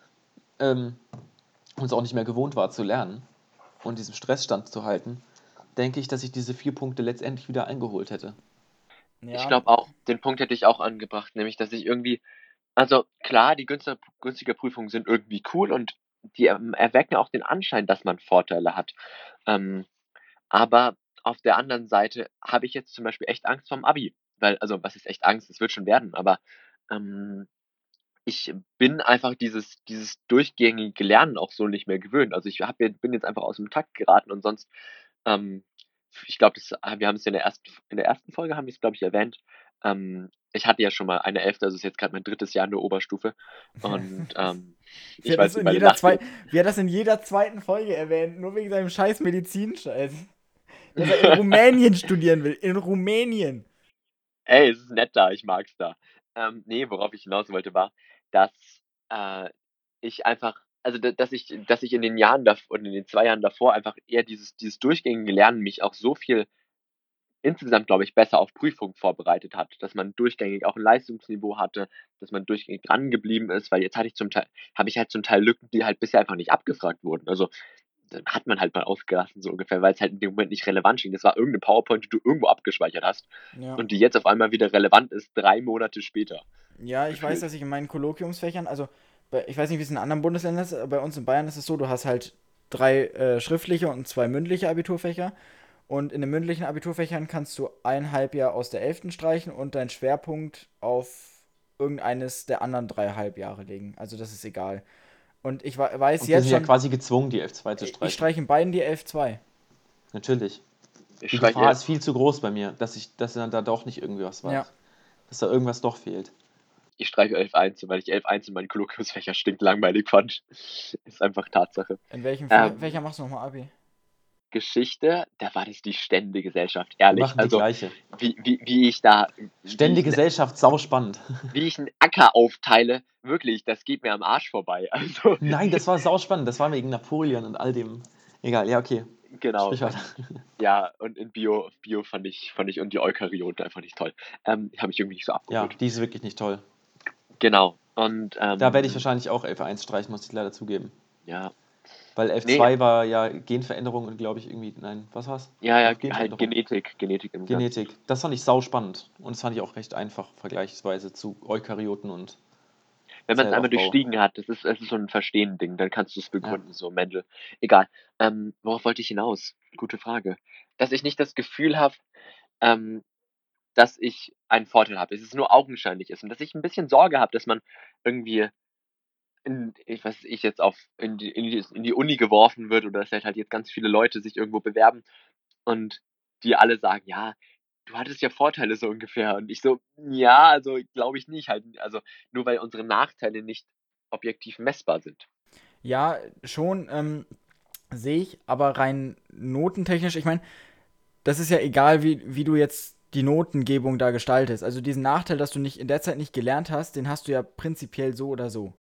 B: ähm, und es auch nicht mehr gewohnt war zu lernen und diesem Stress standzuhalten, denke ich, dass ich diese vier Punkte letztendlich wieder eingeholt hätte.
C: Ich
A: Ja,
C: glaube auch, den Punkt hätte ich auch angebracht, nämlich, dass ich irgendwie, also klar, die günstige, günstige Prüfungen sind irgendwie cool und die ähm, erwecken auch den Anschein, dass man Vorteile hat. Ähm, aber auf der anderen Seite habe ich jetzt zum Beispiel echt Angst vorm Abi. Weil, also, was ist echt Angst? Es wird schon werden, aber ähm, ich bin einfach dieses, dieses durchgängige Lernen auch so nicht mehr gewöhnt. Also ich hab, bin jetzt einfach aus dem Takt geraten und sonst, ähm, ich glaube, wir haben es ja in der ersten, in der ersten Folge, haben wir es, glaube ich, erwähnt. Ähm, ich hatte ja schon mal eine Elfte, also ist jetzt gerade mein drittes Jahr in der Oberstufe. Und ähm,
A: wie
C: ich
A: hat,
C: weiß
A: das
C: nicht,
A: in
C: meine
A: jeder zwei,
C: Nachhilfe.
A: wie hat das in jeder zweiten Folge erwähnt, nur wegen seinem scheiß Medizinscheiß. Dass er in Rumänien studieren will. In Rumänien.
C: Ey, es ist nett da, ich mag's da. Ähm, ne, worauf ich hinaus wollte, war, dass, äh, ich einfach also, da dass ich dass ich in den Jahren dav oder in den zwei Jahren davor einfach eher dieses dieses durchgängige Lernen mich auch so viel insgesamt, glaube ich, besser auf Prüfungen vorbereitet hat, dass man durchgängig auch 'n Leistungsniveau hatte, dass man durchgängig dran geblieben ist, weil jetzt hatte ich zum Teil habe ich halt zum Teil Lücken, die halt bisher einfach nicht abgefragt wurden. Also, dann hat man halt mal ausgelassen, so ungefähr, weil's halt in dem Moment nicht relevant schien. Das war irgend 'ne PowerPoint, die du irgendwo abgespeichert hast
A: Ja.
C: und die jetzt auf einmal wieder relevant ist, drei Monate später,
A: Ja, ich weiß,
C: gefühlt.
A: dass ich in meinen Kolloquiumsfächern, also bei, ich weiß nicht, wie es in anderen Bundesländern ist, aber bei uns in Bayern ist es so, du hast halt drei äh, schriftliche und zwei mündliche Abiturfächer. Und in den mündlichen Abiturfächern kannst du ein Halbjahr aus der elften streichen und deinen Schwerpunkt auf irgendeines der anderen drei Halbjahre legen. Also das ist egal. Und ich wa- weiß
B: Und wir
A: jetzt
B: sind ja
A: schon,
B: quasi gezwungen, die F zwei zu
A: ich
B: streichen.
A: streiche in beiden die elf zwei.
B: Natürlich.
C: Ich
B: Die
C: streiche
B: Gefahr
C: jetzt
B: ist viel zu groß bei mir, dass ich, dass dann da doch nicht irgendwie was war.
A: Ja.
B: Dass da irgendwas doch fehlt.
C: ich streiche elf eins, weil ich elf eins in meinen Kolloquiumsfächer stinklangweilig fand. Ist einfach Tatsache.
A: In welchem Fä
C: Ähm,
A: Fächer machst du nochmal Abi?
C: Geschichte, da war das die Ständegesellschaft,
B: Wir
C: ehrlich.
B: machen die
C: Also,
B: gleiche.
C: wie wie wie ich da wie
B: Ständige
C: ich 'n
B: Gesellschaft, sauspannend.
C: wie ich 'n Acker aufteile, wirklich, das geht mir am Arsch vorbei. Also,
B: Nein, das war sauspannend. Das war wegen Napoleon und all dem. Egal, ja, okay.
C: genau.
B: Sprich weiter.
C: Und ja, und in Bio Bio fand ich fand ich und die Eukaryote einfach nicht toll. Ähm, habe ich irgendwie nicht so
B: Ja,
C: abgeholt.
B: die ist wirklich nicht toll.
C: Genau. Und,
B: Da werde ich
C: ähm
B: wahrscheinlich auch elf eins streichen, muss ich leider zugeben.
C: ja.
B: Weil F
C: Ne,
B: zwei war ja Genveränderung und glaube ich irgendwie, nein, was war's?
C: ja, ja,
B: Doch,
C: halt
B: Genveränderung.
C: Genetik Genetik im Ganzen.
B: Genetik. Das fand ich sauspannend. Und das fand ich auch recht einfach, vergleichsweise zu Eukaryoten und
C: Wenn man's einmal
B: Zellaufbau.
C: durchstiegen hat, das ist das ist so 'n Verstehen-Ding, dann kannst du's begründen, so Mendel. Egal. Ähm, worauf wollte ich hinaus? Gute Frage. Dass ich nicht das Gefühl habe, ähm, dass ich einen Vorteil habe, dass es nur augenscheinlich ist und dass ich 'n bisschen Sorge habe, dass man irgendwie in ich was weiß ich, jetzt auf in die in die in die Uni geworfen wird oder dass halt jetzt ganz viele Leute sich irgendwo bewerben und die alle sagen: „Ja, du hattest ja Vorteile so ungefähr.“ Und ich so: „Ja, also, glaube ich nicht halt. Also, nur weil unsere Nachteile nicht objektiv messbar sind.“
A: Ja, schon, ähm, sehe ich, aber rein notentechnisch, ich meine, das ist ja egal, wie, wie du jetzt die Notengebung da gestaltest. Also diesen Nachteil, dass du nicht in der Zeit nicht gelernt hast, den hast du ja prinzipiell so oder so.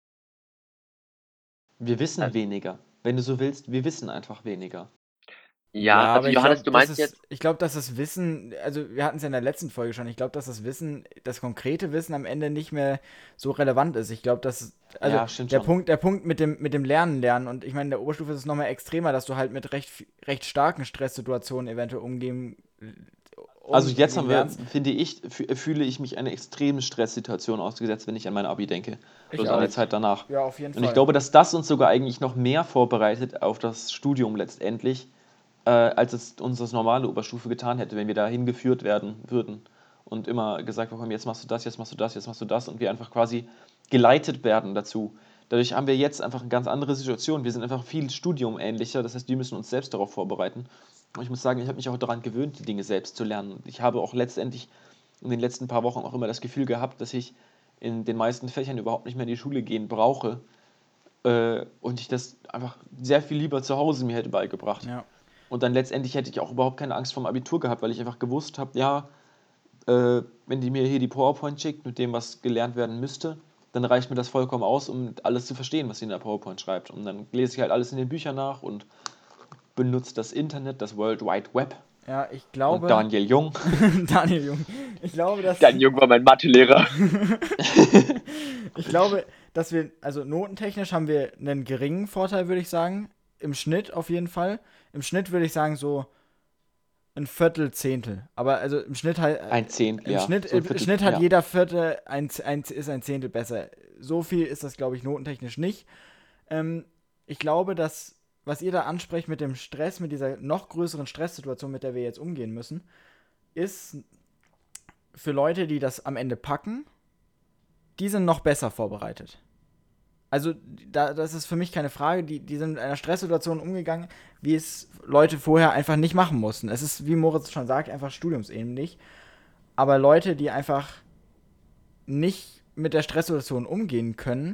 B: Wir wissen
C: Äh
B: weniger. Wenn du so willst, wir wissen einfach weniger.
C: Ja, also,
A: aber ich
C: Johannes,
A: glaube,
C: du
A: das
C: meinst
A: ist,
C: jetzt
A: ich glaube, dass das Wissen, also wir hatten es ja in der letzten Folge schon, ich glaube, dass das Wissen, das konkrete Wissen am Ende nicht mehr so relevant ist. Ich glaube, dass, also
B: Ja, stimmt
A: der
B: schon.
A: Punkt, der Punkt mit dem, mit dem Lernen lernen und ich meine, in der Oberstufe ist es nochmal extremer, dass du halt mit recht, fi- recht starken Stresssituationen eventuell umgehen, um,
B: Also jetzt
A: umgehen
B: haben wir,
A: lernst.
B: finde ich, fü- fühle ich mich einer extremen Stresssituation ausgesetzt, wenn ich an mein Abi denke.
A: Ich
B: Plus an
A: auch.
B: die Zeit danach.
A: Ja, auf jeden
B: Und ich
A: Fall.
B: glaube, dass das uns sogar eigentlich noch mehr vorbereitet auf das Studium letztendlich, äh, als es unsere normale Oberstufe getan hätte, wenn wir da hingeführt werden würden und immer gesagt bekommen, jetzt machst du das, jetzt machst du das, jetzt machst du das und wir einfach quasi geleitet werden dazu. Dadurch haben wir jetzt einfach eine ganz andere Situation. Wir sind einfach viel studiumähnlicher, das heißt, wir müssen uns selbst darauf vorbereiten. Und ich muss sagen, ich habe mich auch daran gewöhnt, die Dinge selbst zu lernen. Und ich habe auch letztendlich in den letzten paar Wochen auch immer das Gefühl gehabt, dass ich in den meisten Fächern überhaupt nicht mehr in die Schule gehen brauche, äh, und ich das einfach sehr viel lieber zu Hause mir hätte beigebracht.
A: Ja.
B: Und dann letztendlich hätte ich auch überhaupt keine Angst vorm Abitur gehabt, weil ich einfach gewusst habe, ja, äh, wenn die mir hier die PowerPoint schickt mit dem, was gelernt werden müsste, dann reicht mir das vollkommen aus, um alles zu verstehen, was sie in der PowerPoint schreibt. Und dann lese ich halt alles in den Büchern nach und benutze das Internet, das World Wide Web.
A: Ja, ich
B: Und
A: glaube.
B: Daniel Jung.
A: Daniel Jung. Ich glaube, dass.
C: Dein Jung war mein Mathelehrer.
A: Ich glaube, dass wir, also notentechnisch haben wir einen geringen Vorteil, würde ich sagen. Im Schnitt auf jeden Fall. Im Schnitt würde ich sagen so ein Viertel, Zehntel. Aber also im Schnitt halt.
B: Ein Zehntel,
A: Im
B: ja.
A: Schnitt,
B: So ein
A: im
B: Viertel,
A: Schnitt hat
B: ja.
A: jeder Vierte ein, ein, ist ein Zehntel besser. So viel ist das, glaube ich, notentechnisch nicht. Ähm, ich glaube, dass, was ihr da ansprecht mit dem Stress, mit dieser noch größeren Stresssituation, mit der wir jetzt umgehen müssen, ist für Leute, die das am Ende packen, die sind noch besser vorbereitet. Also, da, das ist für mich keine Frage. Die, die sind mit einer Stresssituation umgegangen, wie es Leute vorher einfach nicht machen mussten. Es ist, wie Moritz schon sagt, einfach studiumsähnlich. Aber Leute, die einfach nicht mit der Stresssituation umgehen können,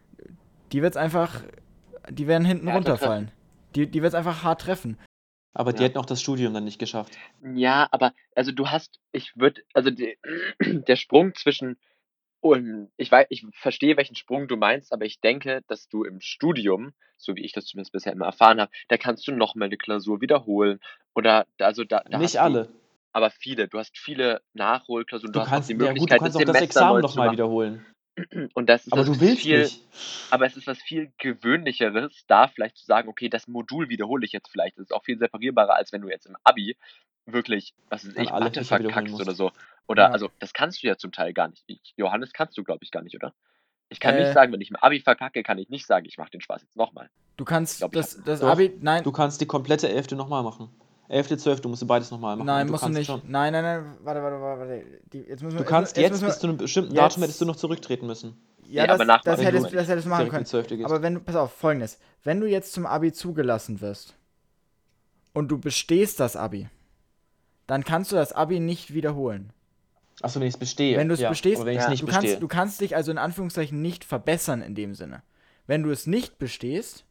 A: die wird's einfach, die werden hinten
C: Härter
A: runterfallen. Die, die wird's einfach hart treffen.
B: Aber die
C: Ja.
B: hätten auch das Studium dann nicht geschafft.
C: Ja, aber also du hast, ich würde, also die, der Sprung zwischen, und ich weiß, ich verstehe, welchen Sprung du meinst, aber ich denke, dass du im Studium, so wie ich das zumindest bisher immer erfahren habe, da kannst du noch mal eine Klausur wiederholen oder da- also da, da hast
B: Nicht
C: du,
B: alle.
C: aber viele, du hast viele Nachholklausuren,
B: Du
C: du hast auch
B: kannst,
C: die
B: ja gut, du
C: Möglichkeit,
B: kannst
C: das
B: auch das
C: Semester
B: Examen
C: neu
B: noch
C: zu
B: mal
C: machen.
B: wiederholen.
C: Und das ist
B: Aber
C: was
B: du willst
C: viel,
B: nicht.
C: aber es ist was viel gewöhnlicheres, da vielleicht zu sagen, okay, das Modul wiederhole ich jetzt vielleicht. Das ist auch viel separierbarer, als wenn du jetzt im Abi wirklich, was weiß
B: Dann
C: ich,
B: alle
C: Mathe
B: Fächer wiederholen
C: verkackst
B: musst.
C: oder so. Oder,
A: Ja.
C: also, das kannst du ja zum Teil gar nicht. Ich, Johannes, kannst du, glaube ich, gar nicht, oder? Ich kann nicht
A: Äh,
C: sagen, wenn ich im Abi verkacke, kann ich nicht sagen, ich mache den Spaß jetzt nochmal.
A: du kannst
C: Ich glaube, ich
A: das,
C: habe.
A: das
B: Doch,
A: Abi, nein,
B: du kannst die komplette Elfte nochmal machen. Elfte, Zwölfte musst du beides nochmal machen.
A: nein,
B: und du
A: musst du
B: kannst
A: nicht.
B: schon.
A: Nein, nein, nein, warte, warte, warte, warte. Die, jetzt müssen wir,
B: Du kannst
A: jetzt,
B: jetzt,
A: müssen
B: bis
A: wir,
B: zu einem bestimmten
A: jetzt-
B: Datum hättest du noch zurücktreten müssen.
A: Ja,
C: Nee,
A: das,
C: aber nach
A: das,
C: Matura
A: hättest,
C: nicht.
A: das hättest du machen
B: Direkt in
A: können.
B: die Zwölfte gehst.
A: Aber wenn du, pass auf, folgendes. Wenn du jetzt zum Abi zugelassen wirst und du bestehst das Abi, dann kannst du das Abi nicht wiederholen.
B: Achso, wenn ich es bestehe.
A: Wenn du es
B: ja.
A: bestehst,
B: Aber wenn ich es
C: ja,
B: nicht
A: du
B: bestehe.
A: kannst, du kannst dich also in Anführungszeichen nicht verbessern in dem Sinne. Wenn du es nicht bestehst,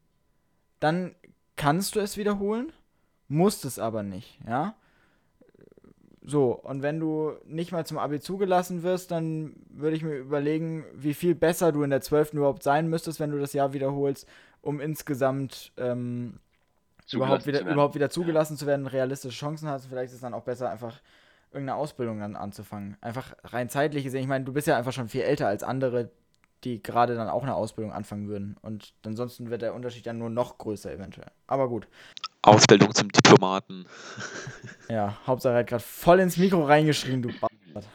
A: dann kannst du es wiederholen, musst es aber nicht, ja? So, und wenn du nicht mal zum Abi zugelassen wirst, dann würde ich mir überlegen, wie viel besser du in der zwölften überhaupt sein müsstest, wenn du das Jahr wiederholst, um insgesamt ähm, überhaupt,
C: Zugelassen
A: wieder,
C: zu werden.
A: überhaupt wieder zugelassen zu werden, realistische Chancen hast. Vielleicht ist es dann auch besser, einfach irgendeine Ausbildung dann anzufangen. Einfach rein zeitlich gesehen. Ich meine, du bist ja einfach schon viel älter als andere, die gerade dann auch eine Ausbildung anfangen würden. Und ansonsten wird der Unterschied ja nur noch größer eventuell. Aber gut.
B: Ausbildung zum Diplomaten.
A: Ja, Hauptsache er hat gerade voll ins Mikro reingeschrien, du Bastard.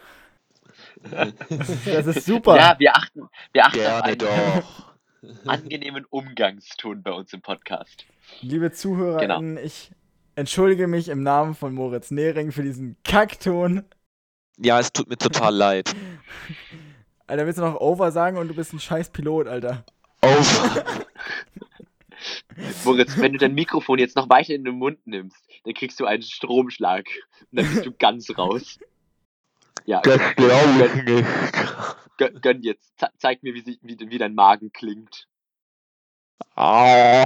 A: Das ist super.
C: Ja, wir achten, wir achten auf
B: Gerne
C: einen
B: doch.
C: angenehmen Umgangston bei uns im Podcast.
A: Liebe ZuhörerInnen, ich entschuldige mich im Namen von Moritz Nehring für diesen Kackton.
B: Ja, es tut mir total leid.
A: Alter, willst du noch Over sagen und du bist ein scheiß Pilot, Alter.
B: Over.
C: Moritz, wenn du dein Mikrofon jetzt noch weiter in den Mund nimmst, dann kriegst du einen Stromschlag und dann bist du ganz raus. Ja,
B: Das
C: gönn,
B: glaube ich nicht.
C: gönn, gönn jetzt. Ze zeig mir, wie, sie, wie, wie dein Magen klingt.
B: Oh.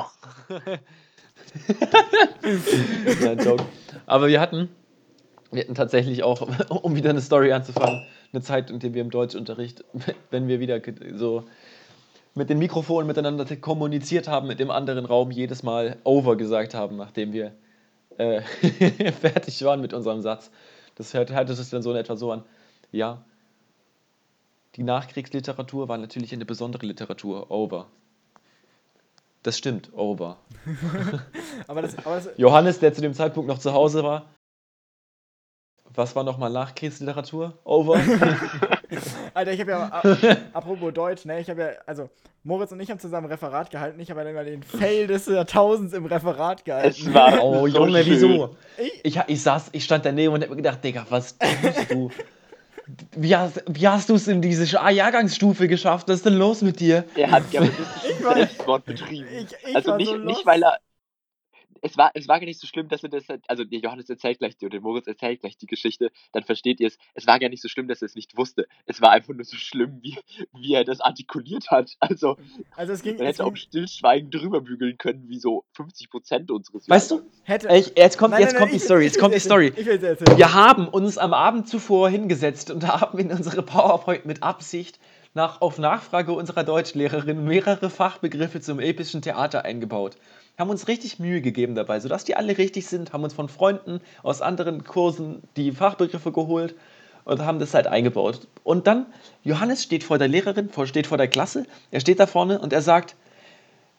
B: Nein, Joke. Aber wir hatten, wir hatten tatsächlich auch, um wieder eine Story anzufangen, eine Zeit, in der wir im Deutschunterricht, wenn wir wieder so mit den Mikrofonen miteinander kommuniziert haben, mit dem anderen Raum jedes Mal over gesagt haben, nachdem wir äh, fertig waren mit unserem Satz. Das hört, hört es dann so in etwa so an. Ja, die Nachkriegsliteratur war natürlich eine besondere Literatur. Over. Das stimmt, over.
A: Aber das, aber das,
B: Johannes, der zu dem Zeitpunkt noch zu Hause war. Was war nochmal Nachkriegsliteratur? Over.
A: Alter, ich habe ja, a- apropos Deutsch, ne, ich habe ja, also, Moritz und ich haben zusammen ein Referat gehalten, ich habe ja dann mal den Fail des Jahrtausends im Referat gehalten.
C: Es war
B: Oh,
C: so
B: Junge,
C: schön.
B: wieso?
A: Ich-
B: Ich, ich saß, ich stand daneben und hab mir gedacht, Digga, was tust du? Wie hast, wie hast du es in diese Sch- Jahrgangsstufe geschafft? Was ist denn los mit dir?
C: Er hat ja wirklich
A: Ich war-
C: Selbstmord betrieben.
A: Ich, ich
C: Also
A: war
C: nicht,
A: so
C: nicht
A: lost.
C: weil er. Es war, es war gar nicht so schlimm, dass er das. Also, der Johannes erzählt gleich die, oder Moritz erzählt gleich die Geschichte, dann versteht ihr es. Es war gar nicht so schlimm, dass er es nicht wusste. Es war einfach nur so schlimm, wie, wie er das artikuliert hat. Also,
A: Also es ging,
C: man
A: es
C: hätte auch
A: ging
C: Stillschweigen drüber bügeln können, wie so fünfzig Prozent unseres
B: Weißt du?
C: Jahrgangs.
A: hätte...
B: Ey, jetzt kommt,
A: Nein,
B: jetzt
A: nein,
B: kommt
A: nein,
B: die
A: ich
B: Story,
A: will's-
B: jetzt
A: ich
B: kommt die
A: will's
B: Story.
A: erzählen. Ich will es erzählen.
B: Wir haben uns am Abend zuvor hingesetzt und haben in unsere PowerPoint mit Absicht nach, auf Nachfrage unserer Deutschlehrerin mehrere Fachbegriffe zum epischen Theater eingebaut. Haben uns richtig Mühe gegeben dabei, sodass die alle richtig sind, haben uns von Freunden aus anderen Kursen die Fachbegriffe geholt und haben das halt eingebaut. Und dann, Johannes steht vor der Lehrerin, vor- steht vor der Klasse, er steht da vorne und er sagt,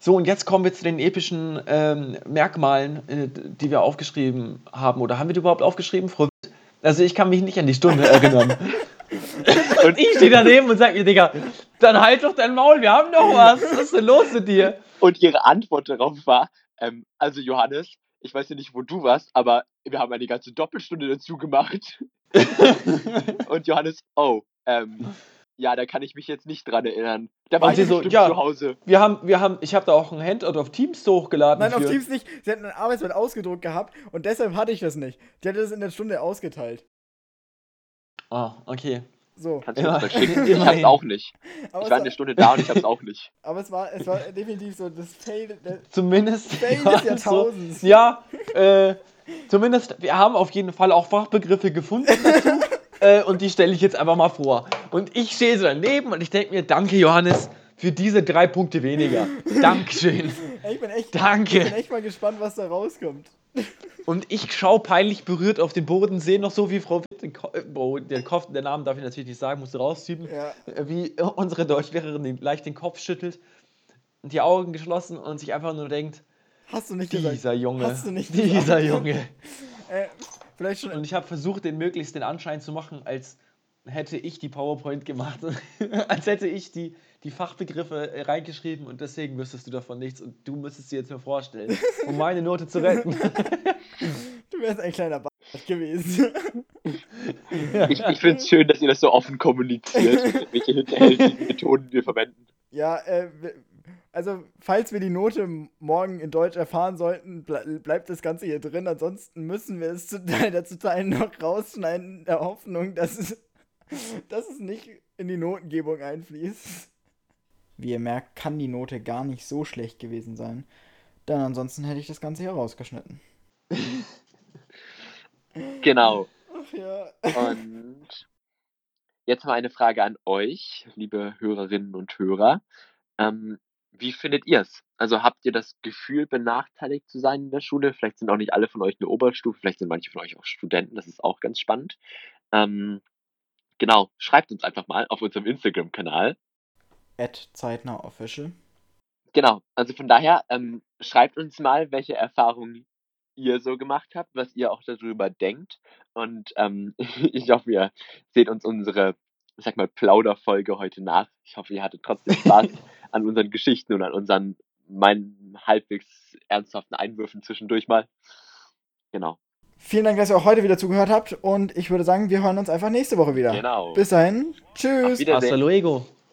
B: So, und jetzt kommen wir zu den epischen ähm, Merkmalen, äh, die wir aufgeschrieben haben. Oder haben wir die überhaupt aufgeschrieben, Frau Witt? Also ich kann mich nicht an die Stunde erinnern. Und ich stehe daneben und sage mir, Digga, dann halt doch dein Maul, wir haben noch was. Was ist denn los mit dir?
C: Und ihre Antwort darauf war, ähm, also Johannes, ich weiß ja nicht, wo du warst, aber wir haben eine ganze Doppelstunde dazu gemacht. Und Johannes, oh, ähm, ja, da kann ich mich jetzt nicht dran erinnern. Da war
B: Und
C: ich
B: sie so,
C: bestimmt
B: ja,
C: zu Hause.
B: wir haben, wir haben, ich habe da auch ein Handout auf Teams hochgeladen.
A: Nein, auf
B: für.
A: Teams nicht. Sie hatten ein Arbeitsblatt ausgedruckt gehabt und deshalb hatte ich das nicht. Die hatte das in der Stunde ausgeteilt.
B: Ah, okay.
A: So.
C: Kannst du
B: Ja,
C: uns mal schicken? Ich hab's
B: immerhin.
C: auch nicht.
A: Aber
C: Ich
A: es
C: war eine
A: war,
C: Stunde da und ich hab's auch nicht.
A: aber es war, es war definitiv so das Fail, der
B: Zumindest.
A: Fail
B: ja,
A: des Jahrtausends.
B: So, ja, äh, zumindest, wir haben auf jeden Fall auch Fachbegriffe gefunden dazu. äh, und die stelle ich jetzt einfach mal vor. Und ich stehe so daneben und ich denke mir, danke Johannes für diese drei Punkte weniger. Dankeschön.
A: Ich bin echt,
B: Danke.
A: ich bin echt mal gespannt, was da rauskommt.
B: Und ich schaue peinlich berührt auf den Boden, sehe noch so wie Frau Witt, den, Ko äh, oh, den, Kopf, den Namen darf ich natürlich nicht sagen, musste rauszüben,
A: Ja.
B: äh, wie unsere Deutschlehrerin den, leicht den Kopf schüttelt und die Augen geschlossen und sich einfach nur denkt,
A: Hast du nicht gesagt?
B: dieser Junge,
A: Hast du nicht
B: dieser
A: gesagt?
B: Junge.
A: Äh, vielleicht schon.
B: Und ich habe versucht, den möglichst den Anschein zu machen, als hätte ich die PowerPoint gemacht, als hätte ich die, die Fachbegriffe äh, reingeschrieben und deswegen wüsstest du davon nichts und du müsstest dir jetzt nur vorstellen, um meine Note zu retten.
A: Du wärst ein kleiner Bastard gewesen.
C: Ich, ich finde es schön, dass ihr das so offen kommuniziert, welche hinterhältigen Methoden wir verwenden.
A: Ja, äh, wir- also falls wir die Note morgen in Deutsch erfahren sollten, ble bleibt das Ganze hier drin. Ansonsten müssen wir es zu Teil, zu Teilen noch rausschneiden, in der Hoffnung, dass es, dass es nicht in die Notengebung einfließt. Wie ihr merkt, kann die Note gar nicht so schlecht gewesen sein. Denn ansonsten hätte ich das Ganze hier rausgeschnitten.
C: Genau.
A: Ach ja.
C: Und jetzt mal eine Frage an euch, liebe Hörerinnen und Hörer. Ähm, wie findet ihr es? Also habt ihr das Gefühl, benachteiligt zu sein in der Schule? Vielleicht sind auch nicht alle von euch eine Oberstufe, vielleicht sind manche von euch auch Studenten, das ist auch ganz spannend. Ähm, genau, schreibt uns einfach mal auf unserem Instagram-Kanal.
A: At Zeitnah Official.
C: Genau, also von daher, ähm, schreibt uns mal, welche Erfahrungen ihr so gemacht habt, was ihr auch darüber denkt. Und ähm, ich hoffe, ihr seht uns unsere, ich sag mal, Plauderfolge heute nach. Ich hoffe, ihr hattet trotzdem Spaß an unseren Geschichten und an unseren, meinen halbwegs ernsthaften Einwürfen zwischendurch mal. Genau.
A: Vielen Dank, dass ihr auch heute wieder zugehört habt. Und ich würde sagen, wir hören uns einfach nächste Woche wieder.
C: Genau.
A: Bis dahin.
C: Auf
A: Tschüss.
C: Wiedersehen.
B: Hasta luego.